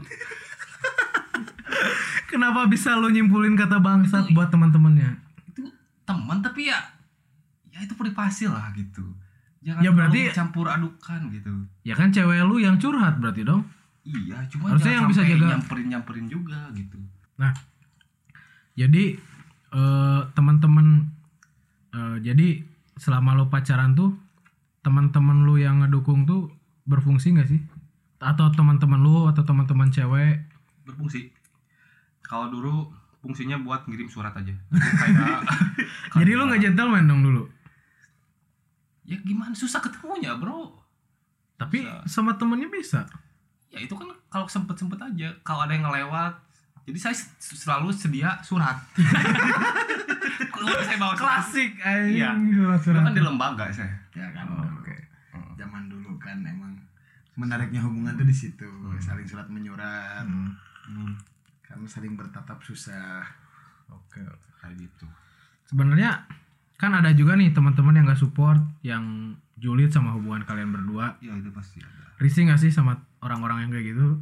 Kenapa bisa lu nyimpulin kata bangsat buat teman-temannya? Itu teman tapi ya ya itu privasi lah gitu. Jangan Ya, berarti- terlalu campur adukan gitu. Ya kan cewek lu yang curhat berarti dong. Iya, cuma Harusnya yang jangan bisa sampai jaga- nyamperin-nyamperin juga gitu. Nah, jadi eh, teman-teman eh, jadi selama lu pacaran tuh teman-teman lu yang ngedukung tuh berfungsi nggak sih? Atau teman-teman lu atau teman-teman cewek? Berfungsi. Kalau dulu fungsinya buat ngirim surat aja. Kayak Jadi lu nggak gentleman dong dulu. ya gimana susah ketemunya, Bro. Tapi Bisa. sama temennya bisa. Ya itu kan kalau sempet-sempet aja. Kalau ada yang ngelewat Jadi saya s- selalu sedia surat. Keluar saya bawa surat. Klasik anjing. Iya. Surat-surat. Itu kan di lembaga saya. Ya kan. Oh, dulu. oke. Zaman dulu kan emang menariknya hubungan tuh di situ, saling surat menyurat. Hmm. Hmm. Karena saling bertatap susah. Oke. oke. Kayak gitu. Sebenarnya kan ada juga nih teman-teman yang gak support, yang julid sama hubungan kalian berdua. Ya itu pasti ada. Risih gak sih sama orang-orang yang kayak gitu?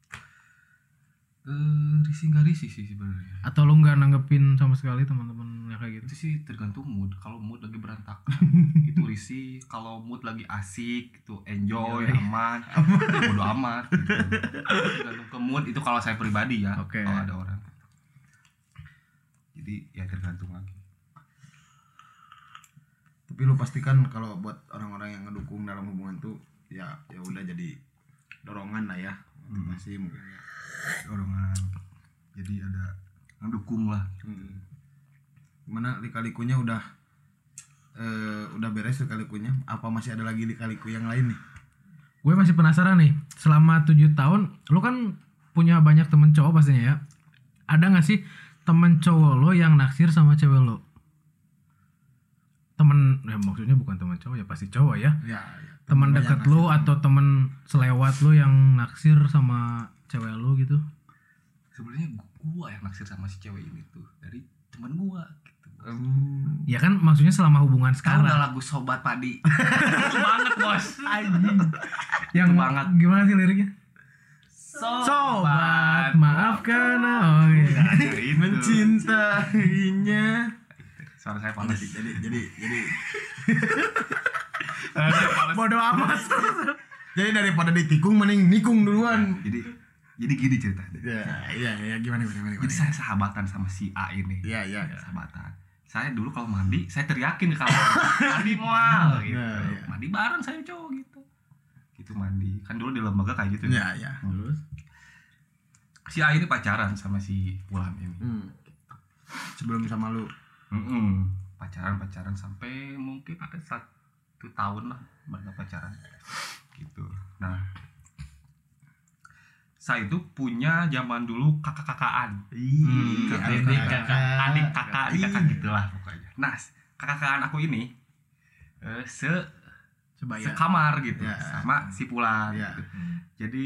Eh, risih nggak risih sih sebenarnya. Atau lu gak nanggepin sama sekali teman-teman yang kayak Itu gitu? sih tergantung mood. Kalau mood lagi berantakan itu risih. Kalau mood lagi asik itu enjoy, Yoi. aman, ya bodo amat gitu. Tergantung ke mood itu kalau saya pribadi ya. Oke. Kalau ada orang. Jadi ya tergantung lagi. Tapi lu pastikan kalau buat orang-orang yang ngedukung dalam hubungan tuh ya ya udah jadi dorongan lah ya. Motivasi mungkin ya. Dorongan. Jadi ada ngedukung lah. Hmm. Gimana lika-likunya udah eh, udah beres lika-likunya? Apa masih ada lagi lika-liku yang lain nih? Gue masih penasaran nih, selama tujuh tahun lu kan punya banyak temen cowok pastinya ya. Ada gak sih temen cowok lo yang naksir sama cewek lo? Temen, ya maksudnya bukan temen cowok ya, pasti cowok ya. Ya, ya. Temen Banyak deket ngasih lo temen. atau temen selewat lo yang naksir sama cewek lo gitu. Sebenarnya gua yang naksir sama si cewek ini tuh dari teman gua gitu. Hmm. Ya kan maksudnya selama hubungan Tahu sekarang. nggak lagu Sobat Padi? Itu banget bos. Anjing. Yang Itu banget. gimana sih liriknya? Sobat, maafkan oh iya. Ya, itu. Mencintainya. Suara saya panas. Jadi jadi jadi Suara saya panas. Bodoh amat. jadi daripada ditikung mending nikung duluan. Jadi jadi gini ceritanya. Ya, iya ya gimana gimana gimana. Jadi saya sahabatan sama si A ini. Iya iya. Sahabatan. Saya dulu kalau mandi, saya teriakin ke kamar. Mandi mual gitu. Nah, iya. Mandi bareng saya cowok gitu. Gitu mandi. Kan dulu di lembaga kayak gitu. Iya iya. Terus Si A ini pacaran sama si Pulan ini. Hmm. Sebelum sama lu. Mm-mm. Pacaran pacaran sampai mungkin ada satu tahun lah mereka pacaran gitu. Nah, saya itu punya zaman dulu kakak-kakaan. Ih, adik adik kakak, kakak. adik kakak, adik kakak Ih. gitulah pokoknya. Nah, kakak-kakaan aku ini eh, se sebaya. sekamar gitu Ya. sama si Pulan. Ya. gitu. Jadi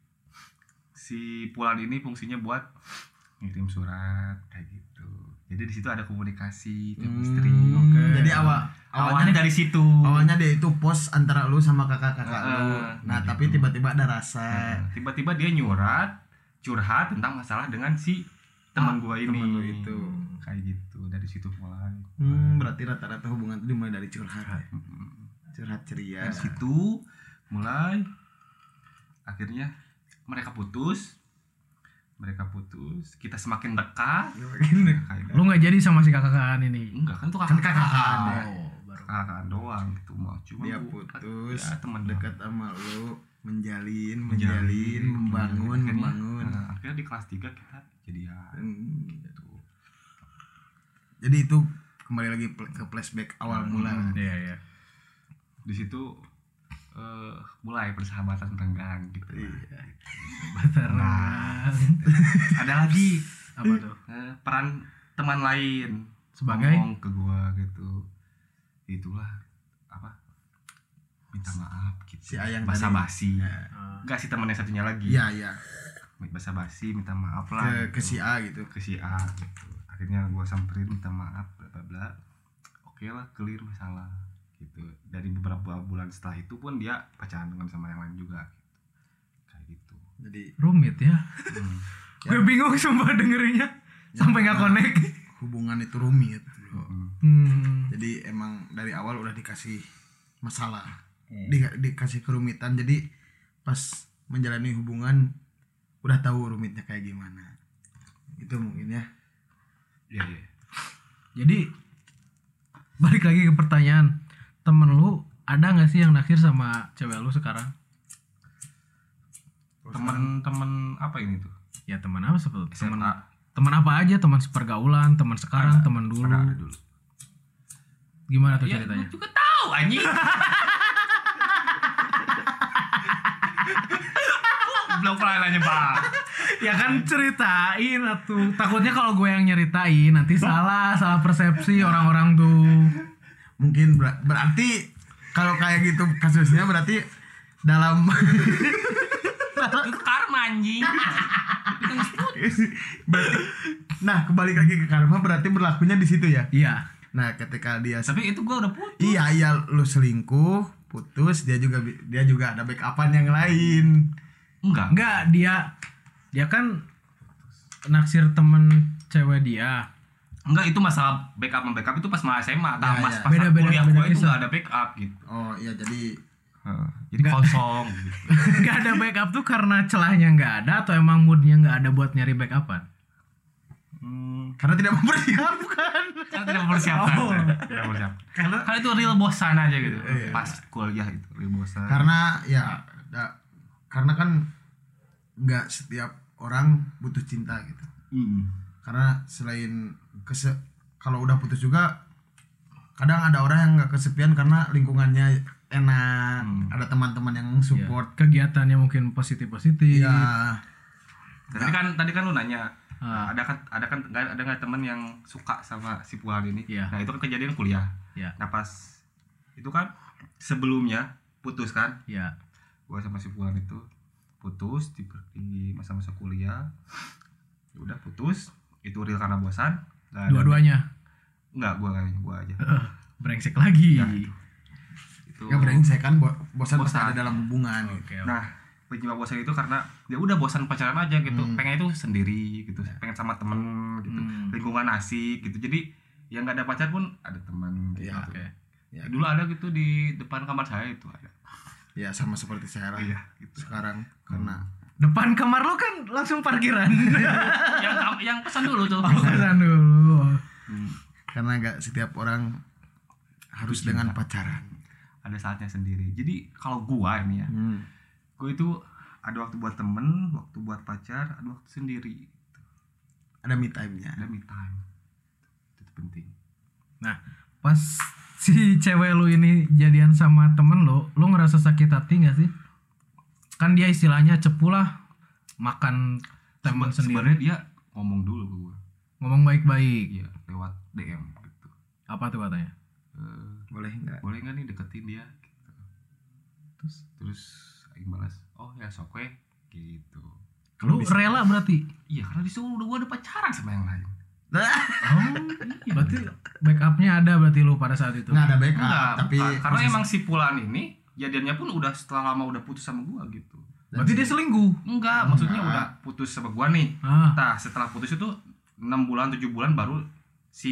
si Pulan ini fungsinya buat ngirim surat kayak gitu. Jadi di situ ada komunikasi, chemistry. Hmm, Oke. Jadi awal Awalnya dari situ. awalnya dia itu pos antara lu sama kakak-kakak Heeh, lu. Nah, gitu. tapi tiba-tiba ada rasa. Nah, tiba-tiba dia nyurat curhat tentang masalah dengan si teman Ah, gua ini. teman lu itu. Kayak gitu. Dari situ mulai. Hmm, berarti rata-rata hubungan itu dimulai dari curhat. Mm-mm. Curhat ceria. Dari situ mulai akhirnya mereka putus. Mereka putus, kita semakin dekat. Kayak Lu nggak jadi sama si kakak-kakaan ini? enggak kan tuh Kan kakak kakak-kakaan, kakak ya. Oh, baru. kakak doang gitu mah cuma Dia gua- putus, ya, teman dekat sama lu, menjalin, menjalin, menjalin, membangun, akhirnya- membangun. nah, akhirnya di kelas tiga kita jadian Hmm. gitu. Jadi itu kembali lagi pl- ke flashback awal mula. Iya, iya. Di situ eh, mulai persahabatan renggang gitu. Iya. Batarang. Ada lagi Apa tuh? eh, peran teman lain Sebagai? ngomong ke gua gitu. Itulah apa? Minta maaf gitu. Si Ayang basa-basi. Ya. Enggak si temannya satunya lagi. Iya, iya. Basa-basi minta maaf lah. Ke, ke si A gitu. Ke si A gitu. Akhirnya gua samperin minta maaf bla bla bla. Oke lah, clear masalah gitu. Dari beberapa bulan setelah itu pun dia pacaran dengan sama yang lain juga gitu. Kayak gitu. Jadi Rumit ya. Hmm. Gue bingung sumpah dengerinnya. Sampai nggak connect. hubungan itu rumit. Hmm. Hmm. Jadi emang dari awal udah dikasih masalah. Di- dikasih kerumitan. Jadi pas menjalani hubungan udah tahu rumitnya kayak gimana. Itu mungkin ya. Iya, iya. Jadi balik lagi ke pertanyaan, temen lu ada nggak sih yang naksir sama cewek lu sekarang? Teman-teman apa ini tuh? Ya teman apa sebetulnya? S M A. Teman teman apa aja? Teman sepergaulan, teman sekarang, teman dulu. Ada, ada dulu. Gimana tuh Ya, ceritanya? gua juga tahu anjing. Belum pernah nanya bang. Ya kan ceritain atuh. Takutnya kalau gue yang nyeritain nanti salah, salah persepsi orang-orang tuh. Mungkin ber- berarti kalau kayak gitu kasusnya berarti dalam Itu karma anjing. berarti nah kembali lagi ke karma berarti berlakunya di situ ya. Iya. Nah ketika dia Tapi itu gua udah putus. iya iya lu selingkuh putus dia juga bi- dia juga ada backupan yang lain. Enggak. Enggak, dia dia kan naksir temen cewek dia. Enggak, itu masalah backup backup itu pas masa S M A, Ya, pas ya. pas Beda- beda- kuliah beda gua itu kisah. enggak ada backup gitu. Oh iya jadi Jadi kosong gitu. Enggak ada backup tuh karena celahnya enggak ada atau emang moodnya enggak ada buat nyari backupan? Hmm, karena tidak mempersiapkan. karena tidak mempersiapkan. Oh. Tidak mempersiapkan. Karena Karena itu real bosan aja gitu. Iya. Pas kuliah itu real bosan. karena ya da- karena kan nggak setiap orang butuh cinta gitu. Hmm. Karena selain kese kalau udah putus juga kadang ada orang yang nggak kesepian karena lingkungannya enak, Hmm. ada teman-teman yang support. Ya, kegiatannya mungkin positif-positif. Ya, Tadi kan tadi kan lu nanya, Ah. ada kan ada kan nggak- ada nggak temen yang suka sama si Puan ini? Iya. Nah itu kan kejadian kuliah. Ya, Nah pas itu kan sebelumnya putus kan, ya. gua sama si Puan itu putus di, di masa-masa kuliah. Ya udah putus, itu real karena bosan. Nggak ada- Dua-duanya. Enggak, gua kayaknya gua aja. Eh, brengsek lagi. Ya, Itu. nggak brengsek kan bo- bosan pasti Bosan. ada dalam hubungan. Oke. Nah, penyebab bosan itu karena ya udah bosan pacaran aja gitu. Hmm. Pengen itu sendiri gitu. Pengen sama temen gitu. Hmm. Lingkungan asik gitu. Jadi yang nggak ada pacar pun ada teman gitu. Iya, Oke. Ya, Dulu ada gitu di depan kamar saya itu ada. ya sama seperti saya lah Iya, gitu. sekarang karena Depan kamar lu kan langsung parkiran. yang kam- yang pesan dulu tuh. Oh, kesan dulu. Hmm. karena nggak setiap orang harus Cinta. dengan pacaran. Ada saatnya sendiri. Jadi kalau gua ini ya, Hmm. gua itu ada waktu buat temen, waktu buat pacar, ada waktu sendiri. Ada me time-nya. Ada me time. Itu penting. Nah, pas si cewek lu ini jadian sama temen lu, lu ngerasa sakit hati gak sih? Kan dia istilahnya cepu lah, makan teman Seba- sendiri. Sebenarnya dia ngomong dulu ke gua. Ngomong baik-baik. Iya, lewat D M gitu. Apa tuh katanya? Eh, Boleh nggak? boleh nggak nih deketin dia gitu. Terus Terus aing balas, oh ya sok we gitu. lu rela berarti? Iya, karena disuruh udah gua ada pacaran sama yang lain. Oh, berarti backupnya ada berarti lu pada saat itu. Nggak ada backup, Enggak, tapi bukan. karena posisi- emang si Pulan ini jadiannya pun udah setelah lama udah putus sama gua gitu. Berarti dia selingkuh. Enggak, maksudnya udah putus sama gua nih. Ah, Nah, setelah putus itu enam bulan tujuh bulan baru si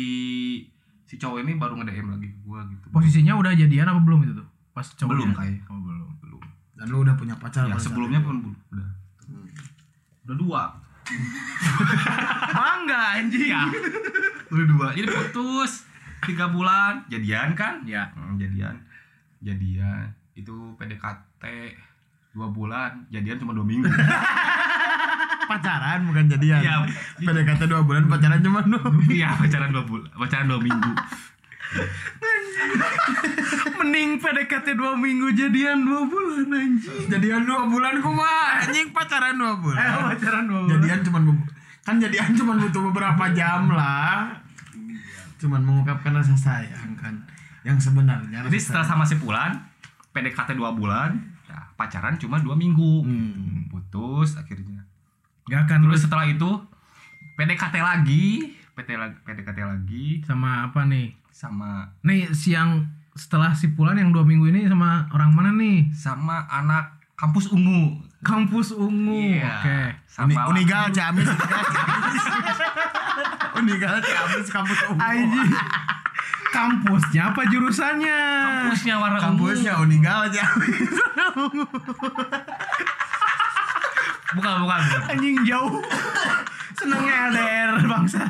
si cowok ini baru nge-D M lagi ke gua gitu. posisinya udah jadian apa belum itu tuh? Pas cowoknya? Belum kayak. Oh, belum. Belum. dan lu udah punya pacar Ya pada saat sebelumnya itu. pun bu- udah. Udah dua. Bangga anjing. Iya. Udah dua. Jadi putus tiga bulan, jadian kan? Ya. Hmm, jadian. Jadian itu P D K T dua bulan, jadian cuma dua minggu. pacaran bukan jadian. Iya. P D K T dua bulan pacaran cuma dua. Iya, pacaran dua bulan, pacaran dua minggu. Mending P D K T dua minggu jadian dua bulan anjing. Jadian dua bulan kumaha anjing pacaran dua bulan. Eh, pacaran dua bulan. Jadian cuma be- kan jadian cuma butuh beberapa jam lah. Cuman mengungkapkan rasa sayang kan yang sebenarnya. Jadi rasa setelah sama si Pulan, P D K T dua bulan, ya, pacaran cuma dua minggu. Hmm. Putus akhirnya. Gak akan Terus lu setelah itu P D K T lagi, P T lagi, P D K T lagi sama apa nih? sama Nih siang setelah si Pulan yang dua minggu ini sama orang mana nih? sama anak kampus ungu. Kampus Ungu. Iya. Oke. Uni, Sama Unigal Ciamis. Unigal Ciamis kampus umum. Anjing. Kampusnya apa jurusannya? kampusnya warna Kampusnya Unigal Ciamis. ungu. Bukan, bukan, bukan. Anjing jauh. Senengnya L D R bangsa.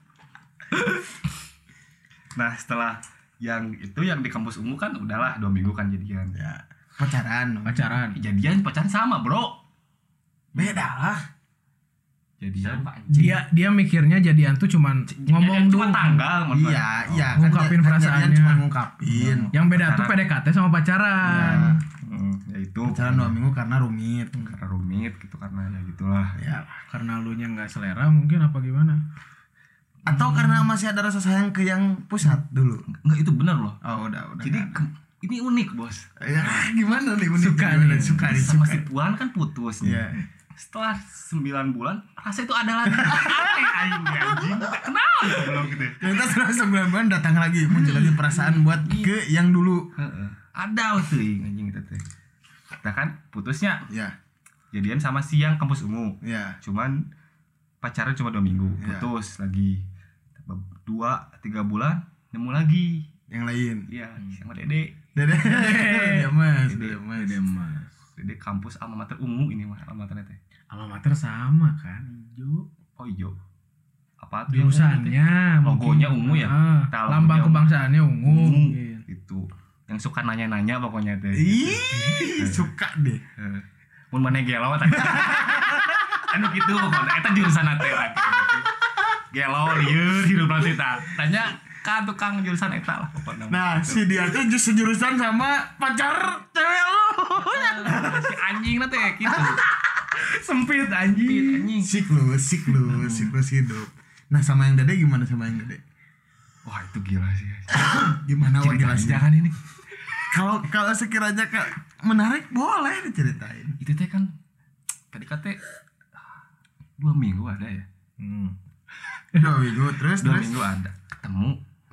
Nah, setelah yang itu yang di kampus ungu kan udahlah dua minggu kan jadian. Ya, pacaran. Pacaran. Jadian pacaran sama, Bro. Beda lah. Jadian Dia dia mikirnya jadian tuh cuman ngomong cuma dulu. tanggal maksudnya. Iya, iya kan Ngungkapin kan perasaannya. jadian cuma ngungkapin. Yang beda tuh P Pacaran. D K T sama pacaran. Hmm, ya itu Pacaran dua minggu karena rumit. karena rumit. pamit gitu karena ya gitulah. Ya. Karena lu nya nggak selera mungkin apa gimana? Atau karena masih ada rasa sayang ke yang pusat dulu. Enggak, itu benar loh. Oh, udah, udah. Jadi nggak ada. ke- ini unik bos. ya gimana nih unik Suka gimana? nih. Suka nih, Sama suka. si Puan kan putus nih. Iya. Setelah sembilan bulan rasa itu ada lagi. Aneh anjing anjing. Kenapa belum gitu. Ternyata setelah sembilan bulan datang lagi, muncul lagi perasaan buat ke yang dulu. Heeh. Ada tuh anjing itu teh. Kita kan putusnya Ya, jadian sama si yang kampus ungu. ya. Cuman pacaran cuma dua minggu, Iya. putus lagi. Dua tiga bulan nemu lagi. Yang lain. Iya, sama Dede. Dede. Dede Mas, Dede. Dede Mas. Dede Mas. Dede kampus alma mater ungu ini mah alma mater teh. Alma mater sama kan, hijau. Oh iya. Apa tuh yang ungu teh? Jurusannya Logonya mungkin. ungu ya? Ah, Nah, lambang logonya kebangsaannya ungu. Ungu. mungkin. Itu yang suka nanya-nanya pokoknya teh. Ih, suka deh. Heeh. Mun maneh gelo tadi. Anu gitu pokoknya eta jurusan teh lah. Gelo lieur hirup nanti tah. Tanya ka tukang jurusan eta lah pokoknya. Nah, si dia tuh just sejurusan sama pacar cewek lu. Si anjing na teh gitu. Sempit Pit, anjing. anjing. Siklus, siklus, siklus hidup. Nah, sama yang Dede gimana sama yang Dede? Wah, itu gila sih. Gimana wah Ceritain jelasin? jangan ini. Kalau kalau sekiranya Kak menarik boleh diceritain. Itu teh kan tadi kata dua minggu ada ya. Hmm. Dua minggu terus Dua terus. minggu ada ketemu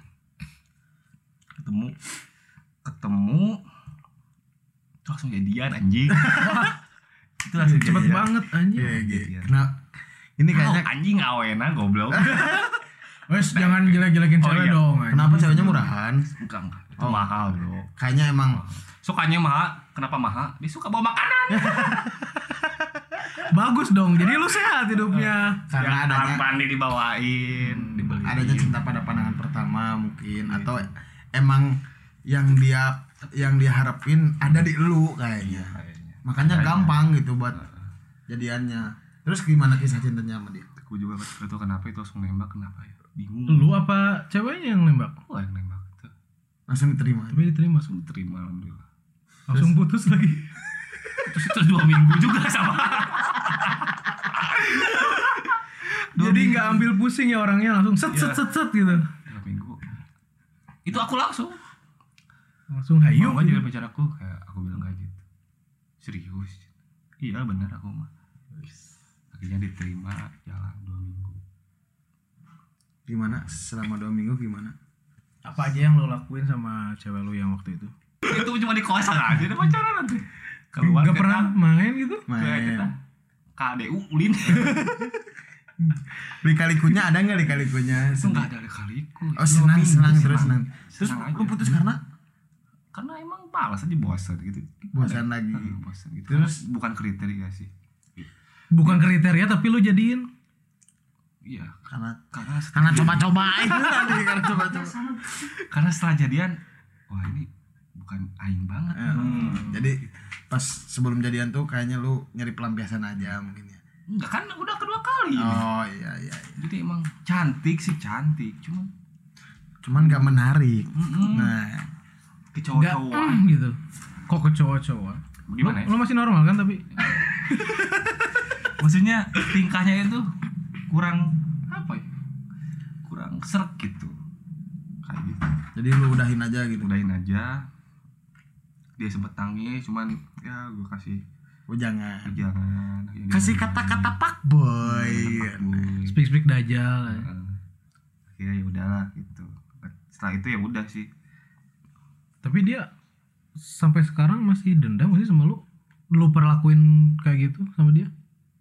ketemu ketemu terus langsung jadian anjing. Itu langsung Cepet jadian. banget anjing. Iya, gitu. Jadian. Nah, ini kayaknya Oh, anjing awena goblok. Wes jangan jelek-jelekin Oh, cewek iya. dong. anjing. kenapa ceweknya murahan? Enggak enggak. Itu Oh. mahal, Bro. Kayaknya emang Sukanya mahal. Kenapa mahal? Dia suka bawa makanan. Bagus dong. Jadi lu sehat hidupnya. karena Yang adanya mandi dibawain, dibeliin. adanya cinta pada pandangan pertama mungkin atau emang yang dia yang dia harapin ada di lu kayaknya. Kayaknya. Makanya Kayaknya. gampang gitu buat jadiannya. Terus gimana kisah cintanya sama dia? Aku juga gak tahu kenapa itu langsung nembak, kenapa ya? Bingung. Lu apa ceweknya yang nembak? Aku yang nembak itu. Langsung diterima. Tapi diterima Langsung diterima alhamdulillah. langsung putus lagi. Terus itu dua minggu juga sama. Dua Jadi minggu. nggak ambil pusing ya orangnya langsung set set Iya. set set gitu. Dua minggu. Itu aku langsung. Langsung hayu. Mau aja pacar aku kayak aku bilang kayak gitu. Serius. Iya benar aku mah. Akhirnya diterima jalan dua minggu. Gimana selama dua minggu gimana? Apa aja yang lo lakuin sama cewek lu yang waktu itu? Itu cuma di kosan aja udah pacaran nanti. Keluar Gak pernah main gitu? kayak kita. Main. K D U ulin. Lika-likunya ada nggak lika-likunya? Itu enggak ada kaliku. Oh senang senang terus senang. Terus Senang lu aja. putus karena Karena emang malas aja bosan gitu. bosan lagi. Heeh, bosan gitu. Terus? Karena bukan kriteria sih. Bukan kriteria tapi lu jadiin. Iya, Karena karena karena coba-coba itu tadi karena coba-coba. karena setelah jadian wah ini bukan aing banget. Hmm, Jadi pas sebelum jadian tuh kayaknya lu nyari pelampiasan aja mungkin ya. Enggak kan udah kedua kali. Oh iya iya. iya. Jadi emang cantik sih cantik, cuman Cuman gak menarik. Mm-mm. Nah, ke Enggak cowok-cowok. mm, gitu. Kok ke cowok-cowok? Gimana ya? Lu, lu masih normal kan tapi Maksudnya tingkahnya itu kurang apa ya? Kurang serk gitu. Kayak gitu. jadi lu udahin aja gitu. Udahin aja. Dia sempet nangis, cuman ya gue kasih Oh jangan. jangan. Akhirnya Kasih dia- kata-kata pak boy. Fuckboy. speak speak dajal. Heeh. Akhirnya ya udahlah gitu. Setelah itu ya udah sih. Tapi dia sampai sekarang masih dendam masih sama lu? Lu perlakuin kayak gitu sama dia?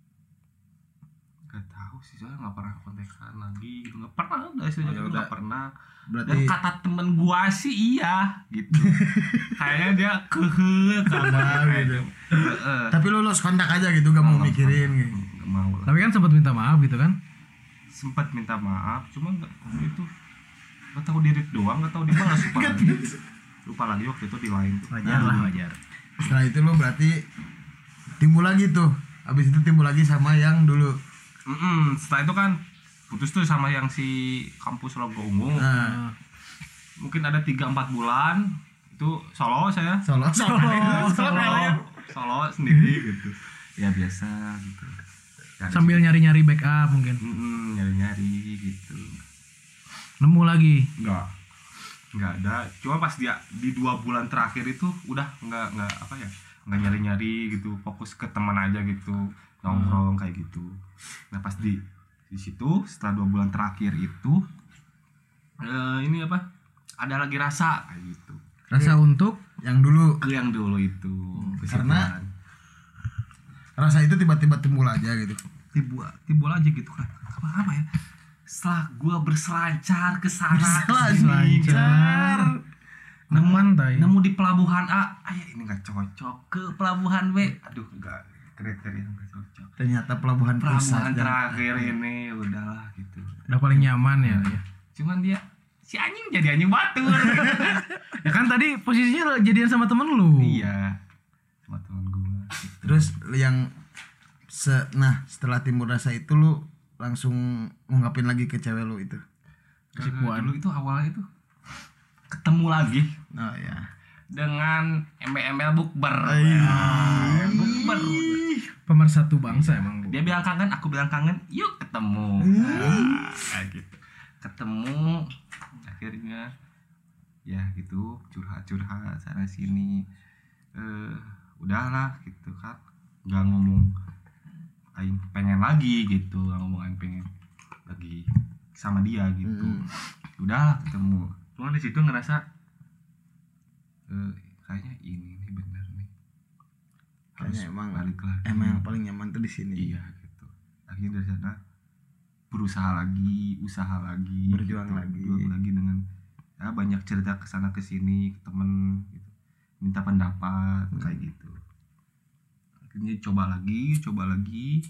Gak tahu sih, soalnya gak pernah kontekan lagi gitu. Gak pernah, udah sejak Oh, ya itu udah. gak pernah. Berarti Dan kata temen gua sih iya gitu. Kayaknya dia kehe Nah, gitu. Heeh. tapi lu los kontak aja gitu gak mau Oh, mikirin gitu. Gak mau lah. Tapi kan sempat minta maaf gitu kan? Sempet minta maaf, cuma gak, itu gak tahu diri doang, gak tahu di mana lupa lagi. Lupa lagi waktu itu di lain. Wajar lah wajar. Setelah itu lu berarti timbul lagi tuh. Habis itu timbul lagi sama yang dulu. Mm-mm, setelah itu kan putus tuh sama yang si kampus logo ungu. Nah, Mungkin ada tiga empat bulan itu solo saya. solo solo. solo, solo sendiri gitu. ya biasa gitu. Dari Sambil nyari-nyari backup mungkin. Mm-mm, nyari-nyari gitu. Nemu lagi. Enggak. Enggak ada. Cuma pas dia di dua bulan terakhir itu udah enggak enggak apa ya? Enggak nyari-nyari gitu, fokus ke teman aja gitu, nongkrong kayak gitu. Nah, pas di di situ setelah dua bulan terakhir itu eh, ini apa? Ada lagi rasa kayak gitu. Rasa untuk Yang dulu Ke yang dulu itu. karena- kesimpulan. rasa itu tiba-tiba timbul aja gitu. timbul timbul aja gitu kan. Apa apa ya? Setelah gua berselancar ke sana kesini, Berselancar. Nemuan tai. nemu di pelabuhan A, ayah ini nggak cocok, ke pelabuhan B, aduh nggak, kriteria nggak cocok. Ternyata pelabuhan Pelabuhan pusat dan- terakhir ini udahlah gitu. Udah paling nyaman ya. ya. Cuman dia si anjing jadi anjing batur. Ya kan tadi posisinya jadian sama temen lu. Iya, sama teman gua. Gitu. Terus yang se nah setelah timbul rasa itu lu langsung ngungkapin lagi ke cewek lu itu. Si Dulu Puan. itu awalnya itu ketemu lagi Oh ya. dengan embel-embel bukber. Iya. Ah, bukber. Pemersatu bangsa emang Bu. Dia bilang kangen, aku bilang kangen, yuk ketemu. Nah, kayak gitu. Ketemu akhirnya ya gitu, curhat-curhat sana sini. Eh, udahlah gitu kan. Enggak ngomong aing pengen lagi gitu, nggak ngomong aing pengen lagi sama dia gitu. Hmm. Udahlah ketemu. Cuma di situ ngerasa eh, kayaknya ini nih bener nih. Harus Kayaknya emang balik lagi. emang yang paling nyaman tuh di sini. Iya gitu. Akhirnya dari sana berusaha lagi, usaha lagi, Berjuang gitu. lagi. Berjuang lagi dengan ya banyak cerita kesana kesini ke temen gitu. Minta pendapat Hmm. kayak gitu. Akhirnya coba lagi, coba lagi.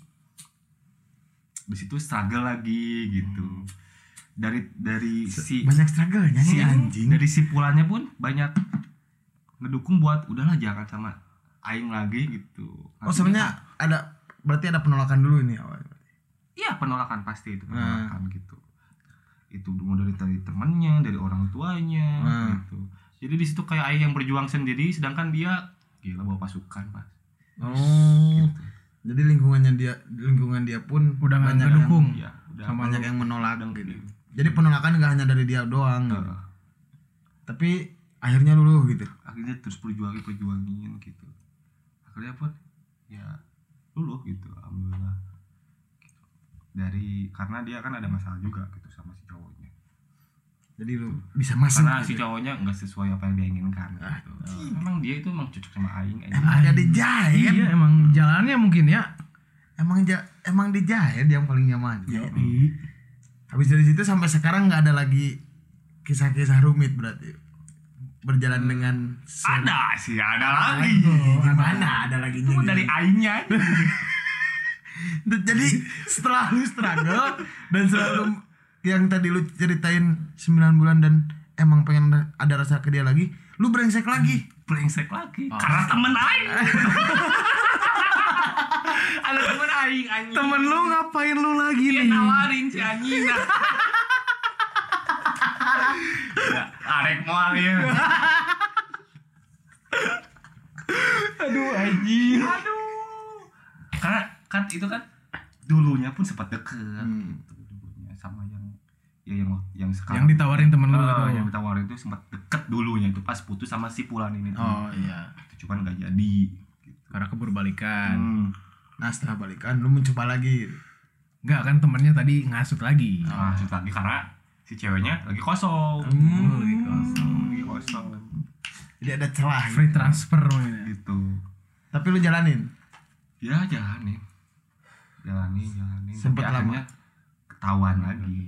Di situ struggle lagi gitu. Dari dari si Banyak struggle-nya si nih anjing. dari si Pulannya pun banyak ngedukung buat udahlah jangan sama aing lagi gitu. Oh sebenarnya ada berarti ada penolakan dulu ini awal. Iya penolakan pasti itu Nah. penolakan gitu. Itu mau dari dari temannya, dari orang tuanya Nah. gitu. Jadi di situ kayak aing yang berjuang sendiri, sedangkan dia gila bawa pasukan pas. Oh. Gitu. Jadi lingkungannya dia lingkungan dia pun Udah nggak banyak ngedukung. Iya, udah yang, banyak yang menolak udah gitu. gitu. Jadi penolakan nggak hanya dari dia doang. gitu. Nah, Tapi akhirnya luluh gitu. akhirnya terus perjuangin perjuangin gitu. Akhirnya pun ya luluh gitu, alhamdulillah. Gitu. Dari karena dia kan ada masalah juga gitu sama si cowoknya. Jadi lu bisa masuk. Karena si gitu. cowoknya nggak sesuai apa yang dia inginkan gitu. Memang dia itu emang cocok sama aing. aing. Emang ada dijahit. Iya emang jalannya mungkin ya. Emang ja, emang dijahit yang paling nyaman. Iya. Habis dari situ sampai sekarang nggak ada lagi kisah-kisah rumit berarti. Berjalan dengan ser- Ada sih, ada lagi. Gimana ada lagi Itu dari aingnya. Jadi setelah lu struggle dan selalu yang tadi lu ceritain sembilan bulan dan emang pengen ada rasa ke dia lagi, lu brengsek lagi. Brengsek lagi. Karena temen aing. Ada temen aing anjing. Temen lu ngapain lu lagi Dia nih? nawarin si anjing. Ya, arek moal ya. Aduh anjing. Aduh. Karena kan itu kan dulunya pun sempat deket Hmm. gitu, dulunya sama yang ya yang yang Yang sekarang ditawarin temen lu Ah, gitu. yang ditawarin itu sempat deket dulunya itu pas putus sama si Pulan ini tuh. Oh iya. Itu cuman nggak jadi gitu. Karena keburu balikan. Hmm. Nah setelah balikan lu mencoba lagi. Enggak kan temennya tadi ngasut lagi. Nah, lanjut lagi karena si ceweknya lagi kosong. Hmm, lagi kosong. Lagi kosong. Jadi ada celah. Free gitu. transfer mungkin. Gitu. Tapi lu jalanin. Ya jalanin. Jalanin, jalanin. Sempet Sampai lama. akhirnya ketahuan lagi.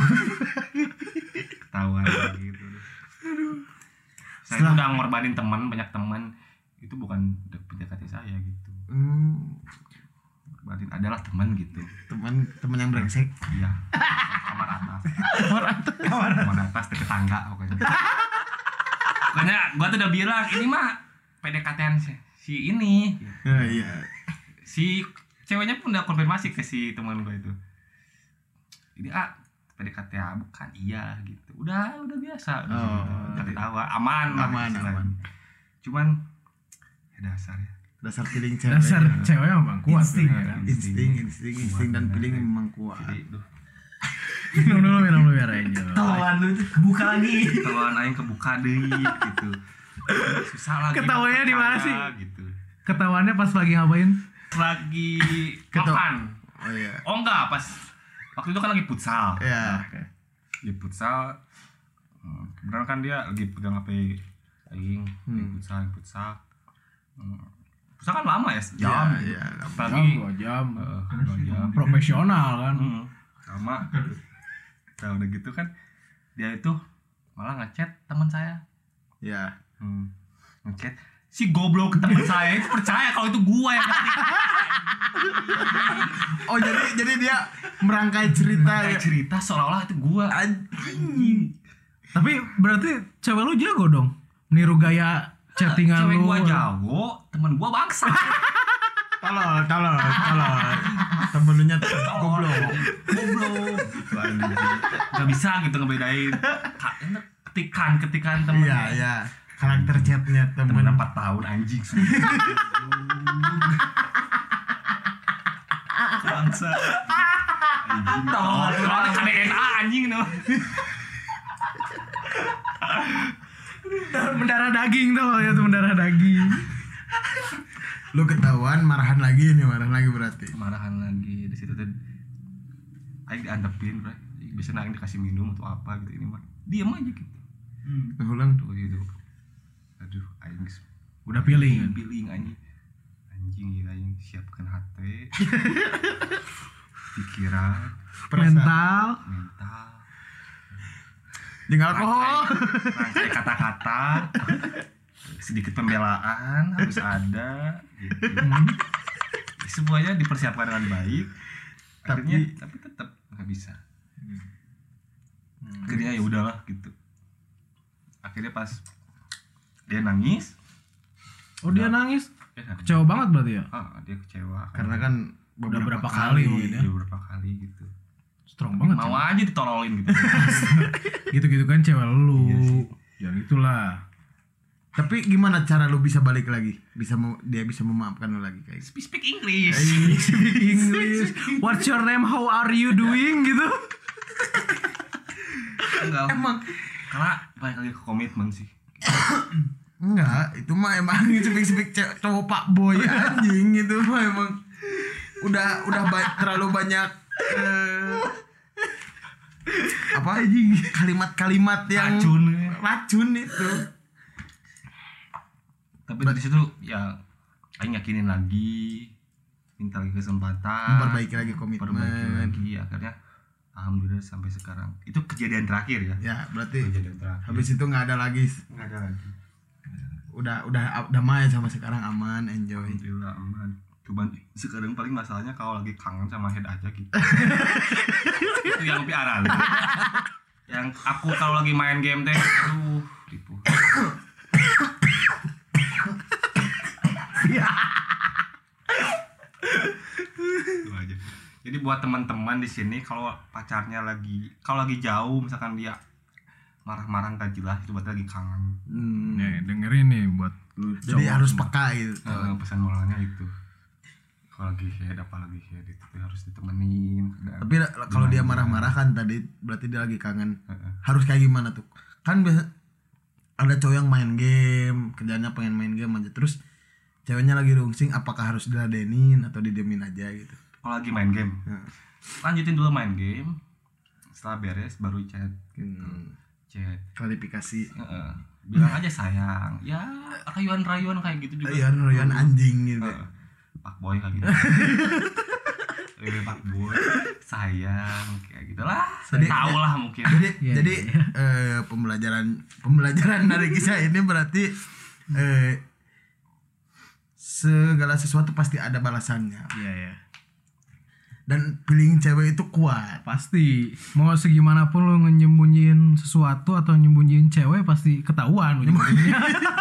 Ketahuan lagi gitu. Saya Setelah- udah ngorbanin teman, banyak teman. Itu bukan P D K T saya gitu. Hmm, Ngorbanin adalah teman gitu. teman teman yang brengsek. Iya. Kamar atas. Kamar atas deket tangga pokoknya. Pokoknya gua tuh udah bilang ini mah P D K T-an si, si ini. Ya, iya. Si ceweknya pun udah konfirmasi ke si teman gua itu. Ini ah P D K T ah, bukan iya gitu. Udah udah biasa. Udah Oh, gitu. Udah ketawa aman lah aman, istilahnya. aman. Cuman ya dasar ya. dasar feeling cewek. Dasar cewek memang kuat Insting. ya kan. insting, insting, insting dan feeling memang kuat. Jadi tuh Minum dulu, minum dulu biar aja. Tahuan lu itu kebuka lagi. ketahuan aing kebuka deui gitu. Susah lagi. Ketawanya di mana sih? Gitu. Ketahuannya pas lagi ngapain? Lagi Ketu- makan. Oh iya. Oh enggak, pas waktu itu kan lagi futsal. Ya. Di futsal hmm, kebetulan kan dia lagi pegang H P aing, di futsal, di futsal. Hmm. Futsal kan lama ya, sejam. Iya, iya. Pagi dua jam. eh, dua jam. Profesional kan. Hmm, sama. Nah, udah gitu kan dia itu malah ngechat teman saya. Ya. Hmm. Ngechat si goblok teman saya itu percaya kalau itu gua yang ketik. Oh jadi jadi dia merangkai cerita Kayak ya. cerita seolah-olah itu gua. Anjing. Tapi berarti cewek lu jago dong niru gaya chattingan Cewek lu. gua jago, temen gua bangsa. Tolol, tolol, tolol. Temennya goblok. Goblok. Gitu, anjing. Gak bisa gitu ngebedain Ka- ketikan ketikan temen. Iya, iya. Karakter chatnya Temen temen. empat tahun anjing. Bangsa. Anjing. Tolol. Soalnya K D N A anjing no. Mendarah daging tuh ya tuh mendarah daging. Lu ketahuan marahan lagi nih, marahan lagi berarti. Marahan lagi di situ tuh. Aing diantepin, bro. Biasanya aing dikasih minum atau apa gitu, ini mah diam aja gitu. Nah, ulang. Tuh gitu. Aduh, aing Udah feeling kan? Feeling anjing. Anjing ya aing siapkan hati. Pikiran, Mental. mental, Jeung alkohol. rangkai kata-kata, sedikit pembelaan harus ada gitu. Semuanya dipersiapkan dengan baik. Akhirnya Tapi- tapi tetap nggak bisa. Akhirnya ya udahlah gitu. Akhirnya pas dia nangis, Oh dia nangis. dia nangis. Kecewa banget berarti ya? Ah, dia kecewa Karena kan Udah berapa kali mungkin ya? Dia beberapa kali gitu. Strong banget. Mau aja ditololin gitu. Gitu-gitu kan cewek lu. Iya sih. Ya itulah. Tapi gimana cara lu bisa balik lagi? Bisa mau dia bisa memaafkan lu lagi kayak gitu? Speak, speak English. Speak English. What's your name? How are you doing? Gitu. Enggak. Emang karena balik lagi ke komitmen sih. Enggak, itu mah emang sepik-sepik ce- cowok pak boy anjing itu mah emang udah udah ba- terlalu banyak eh, apa anjing kalimat-kalimat yang Racun. racun itu. Tapi dari situ ya aing yakinin lagi, minta lagi kesempatan, Memperbaiki lagi komitmen. perbaiki lagi, akhirnya alhamdulillah sampai sekarang. Itu kejadian terakhir ya. Ya berarti Kejadian terakhir. habis itu nggak ada lagi, nggak ada lagi. udah udah damai sama sekarang, aman, enjoy. Alhamdulillah aman. Cuman sekarang paling masalahnya kalau lagi kangen sama head aja gitu. Itu yang piara. Yang aku kalau lagi main game teh, aduh, tipu. Itu aja. Jadi buat teman-teman di sini kalau pacarnya lagi kalau lagi jauh misalkan dia marah-marah nggak jelas itu berarti lagi kangen. Hmm. Nih dengerin nih buat lu. Jadi cowok harus semua. peka gitu. Eh, pesan moralnya itu kalau lagi head apalagi head itu harus ditemenin. Dan- Tapi la- kalau dia marah-marah kan tadi berarti dia lagi kangen. Heeh. Harus kayak gimana tuh? Kan biasa ada cowok yang main game, kerjanya pengen main game aja, terus ceweknya lagi rungsing, apakah harus diladenin atau didiemin aja gitu? Kalau lagi main game, Nah, lanjutin dulu main game. Setelah beres baru chat, hmm, chat. klarifikasi. Heeh. Bilang aja sayang. Ya rayuan-rayuan kayak gitu juga. Iya, royan anjing gitu. Heeh. Pak boy kayak gitu. Eh, Pak boy, sayang kayak gitulah. Jadi- Tahu lah mungkin. Jadi Iya, jadi iya. eh, pembelajaran pembelajaran dari kisah ini berarti eh, segala sesuatu pasti ada balasannya. Iya ya. Dan feeling cewek itu kuat. Pasti mau segimanapun lu nyembunyiin sesuatu atau nyembunyiin cewek pasti ketahuan ujung-ujungnya.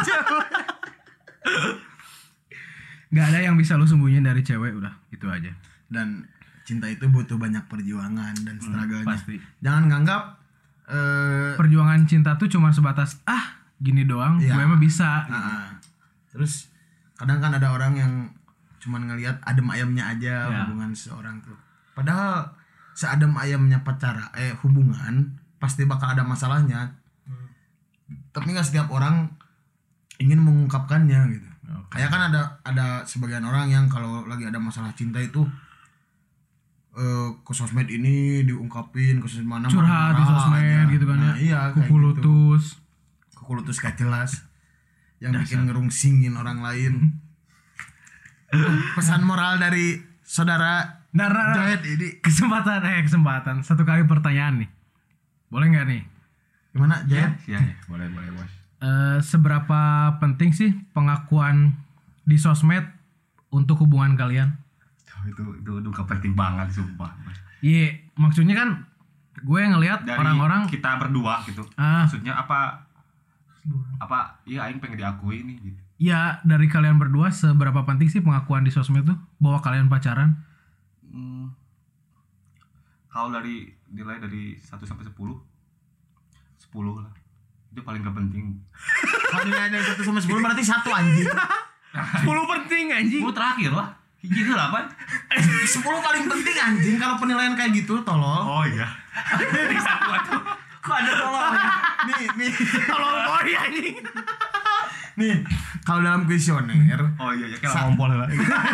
Gak ada yang bisa lu sembunyiin dari cewek, udah itu aja. Dan cinta itu butuh banyak perjuangan dan struggle-nya. Pasti. Jangan nganggap eh Perjuangan cinta tuh cuma sebatas ah gini doang, Iya. gue mah bisa. ah, ah. Terus kadang kan ada orang yang cuman ngelihat adem ayamnya aja Ya. hubungan seorang tuh. Padahal seadem ayamnya pacara eh hubungan pasti bakal ada masalahnya. Tapi nggak setiap orang ingin mengungkapkannya gitu. Oke. Kayak kan ada ada sebagian orang yang kalau lagi ada masalah cinta itu eh ke sosmed ini diungkapin ke sosmed mana Curhat di marah sosmed aja. gitu kan Nah, ya. iya kayak Kuku gitu. lutus. Kuku lutus gak jelas yang bikin ngerungsingin orang lain. Pesan moral dari saudara Nah, nah, nah. Jahed ini Kesempatan eh kesempatan satu kali pertanyaan nih. Boleh nggak nih? gimana Jahed? Iya, ya, boleh boleh bos. Eh, seberapa penting sih pengakuan di sosmed untuk hubungan kalian? Oh, itu itu itu gak penting banget sumpah. Bos. Iya, maksudnya kan gue ngelihat Dari orang-orang kita berdua gitu. ah Maksudnya apa? Apa? Iya, aing pengen diakui nih gitu. ya dari kalian berdua seberapa penting sih pengakuan di sosmed tuh bahwa kalian pacaran? Hmm, kalau dari nilai dari satu sampai sepuluh, sepuluh lah. Itu paling gak penting. Kalau nilai dari satu sampai sepuluh berarti satu anjing. sepuluh penting anjing. sepuluh terakhir lah. Hiji delapan. sepuluh paling penting anjing kalau penilaian kayak gitu tolol. Oh iya. Di satu atuh. Kok ada tolol? Nih, nih. Tolong boy anjing. Nih, kalau dalam kuesioner Oh iya, ya kayak Sa- ngompol lah.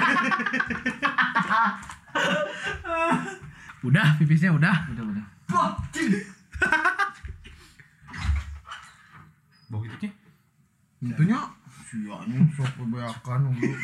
Udah, pipisnya udah. Udah, udah. Bau itu nih. intinya sianya sok kebanyakan dulu.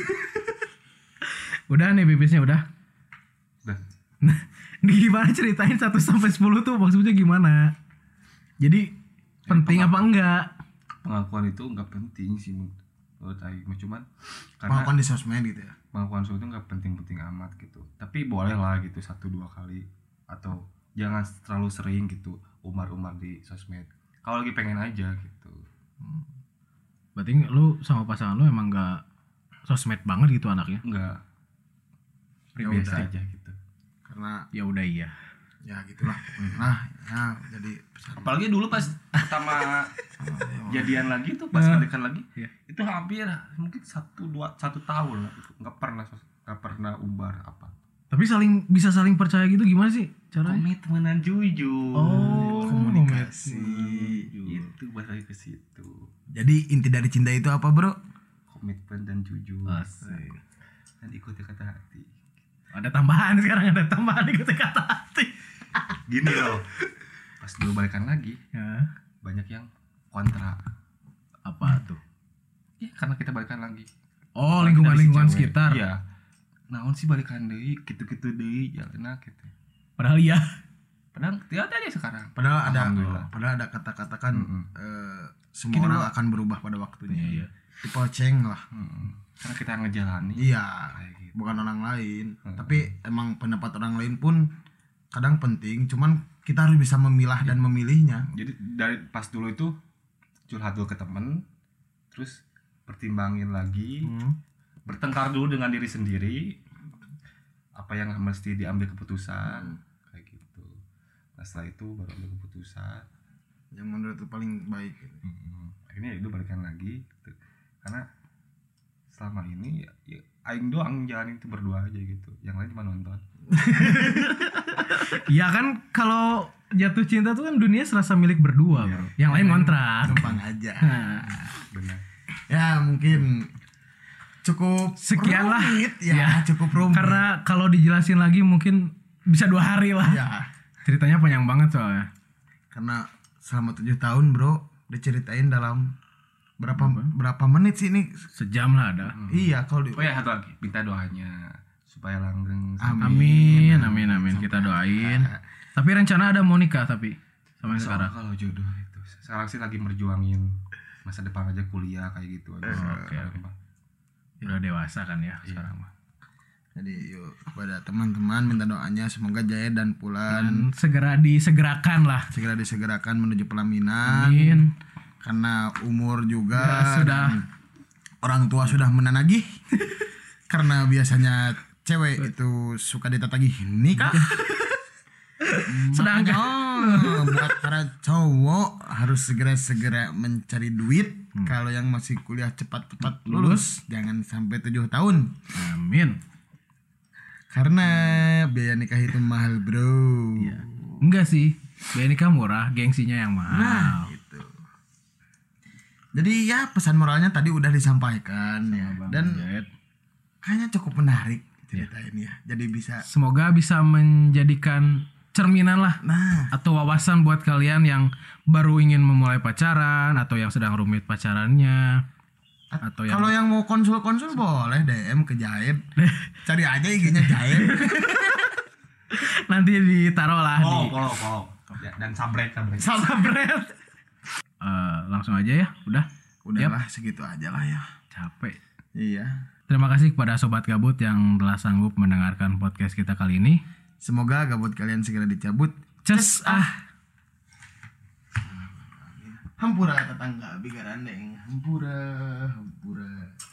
Udah nih pipisnya udah. Udah. Nah, ini gimana ceritain satu sampai sepuluh tuh maksudnya gimana? Jadi penting apa enggak? Pengakuan itu nggak penting sih menurut Aing, cuman karena Pengakuan di sosmed gitu ya. pengakuan itu nggak penting-penting amat gitu. Tapi boleh lah gitu satu dua kali atau jangan terlalu sering gitu umar-umar di sosmed. Kalau lagi pengen aja gitu. Berarti lu sama pasangan lu emang enggak sosmed banget gitu anaknya? Enggak, Ya biasa udah. aja gitu. Karena Ya udah iya. ya gitulah. Nah, ya jadi pesan. Apalagi dulu pas pertama jadian lagi tuh pas Nah. dekat lagi Iya. itu hampir mungkin satu dua satu tahun lah itu nggak pernah nggak pernah umbar apa Tapi saling bisa saling percaya gitu gimana sih caranya? komitmenan jujur. Oh, komunikasi. Itu balik ke situ, Jadi inti dari cinta itu apa, Bro? komitmen dan jujur Asik. dan ikuti kata hati. Ada tambahan sekarang ada tambahan ikut kata hati. Gini loh, pas dulu balikan lagi Ya. banyak yang kontra Apa tuh? ya karena kita balikan lagi. Oh, Apalagi lingkungan-lingkungan dari si cewek. sekitar. Iya, naon sih balikan deui gitu-gitu deui jalan gitu. Padahal iya. Padahal tidak aja sekarang. Padahal ada Alhamdulillah. padahal ada kata-kata kan Mm-mm. eh, semua Gini, orang Bro. akan berubah pada waktunya. Iya, iya. Dipoceng lah. Hmm. Karena kita ngejalani. Iya, Kayak gitu. bukan orang lain. Hmm. Tapi emang pendapat orang lain pun kadang penting, cuman kita harus bisa memilah dan memilihnya. Jadi dari pas dulu itu curhat dulu ke temen, terus pertimbangin lagi, Hmm. bertengkar dulu dengan diri sendiri, apa yang mesti diambil keputusan, kayak gitu. Nah setelah itu baru ambil keputusan. Yang menurut itu paling baik. Hmm. Akhirnya itu balikan lagi, gitu. Karena selama ini ya, ya aing doang jalanin itu berdua aja gitu, yang lain cuma nonton. Ya kan kalau jatuh cinta tuh kan dunia serasa milik berdua, Iya. Bro. Yang lain ngontrak. Numpang aja. Nah, Benar. Ya mungkin cukup Sekian lah. rumit ya, Ya. cukup rumit. karena kalau dijelasin lagi mungkin bisa dua hari lah. ya, Ceritanya panjang banget soalnya. karena selama tujuh tahun bro diceritain dalam berapa berapa menit sih ini? Sejam lah ada. Iya kalau di Oh ya satu lagi, minta doanya supaya langgeng. Amin, amin, amin. Kita doain. Tapi rencana ada mau nikah tapi sama yang Sekarang sekarang. kalau jodoh itu sekarang sih lagi merjuangin masa depan aja, kuliah kayak gitu aja. Oke, oke. Udah dewasa kan ya sekarang mah. Jadi yuk kepada teman-teman minta doanya semoga Jaya dan Pulan Dan segera disegerakan lah. segera disegerakan menuju pelaminan. Amin. Karena umur juga Ya, sudah. dan orang tua sudah menanagih. Karena biasanya cewek itu suka ditatagih nikah. Sedangkan Makanya, buat para cowok harus segera-segera mencari duit Kalau yang masih kuliah cepat-cepat lulus, jangan sampai tujuh tahun. Amin. Karena biaya nikah itu mahal, bro. Iya. Enggak sih, biaya nikah murah, gengsinya yang mahal. Nah, gitu. Jadi ya pesan moralnya tadi udah disampaikan ya. Bang Dan Jaed. kayaknya cukup menarik cerita ini ya. Jadi bisa Semoga bisa menjadikan cerminan lah nah, atau wawasan buat kalian yang baru ingin memulai pacaran atau yang sedang rumit pacarannya atau yang kalau yang mau konsul-konsul boleh D M ke Jaed. Cari aja I G-nya Jaed. nanti ditaruh lah Follow, di follow, follow. Ya, dan sabret, sabret. Sabret. Eh, langsung aja ya, udah. Udahlah segitu aja lah ya. Capek. Iya. Terima kasih kepada sobat gabut yang telah sanggup mendengarkan podcast kita kali ini. Semoga gabut kalian segera dicabut. Ces ah. Hampura tetangga bigarandeng. Hampura, hampura.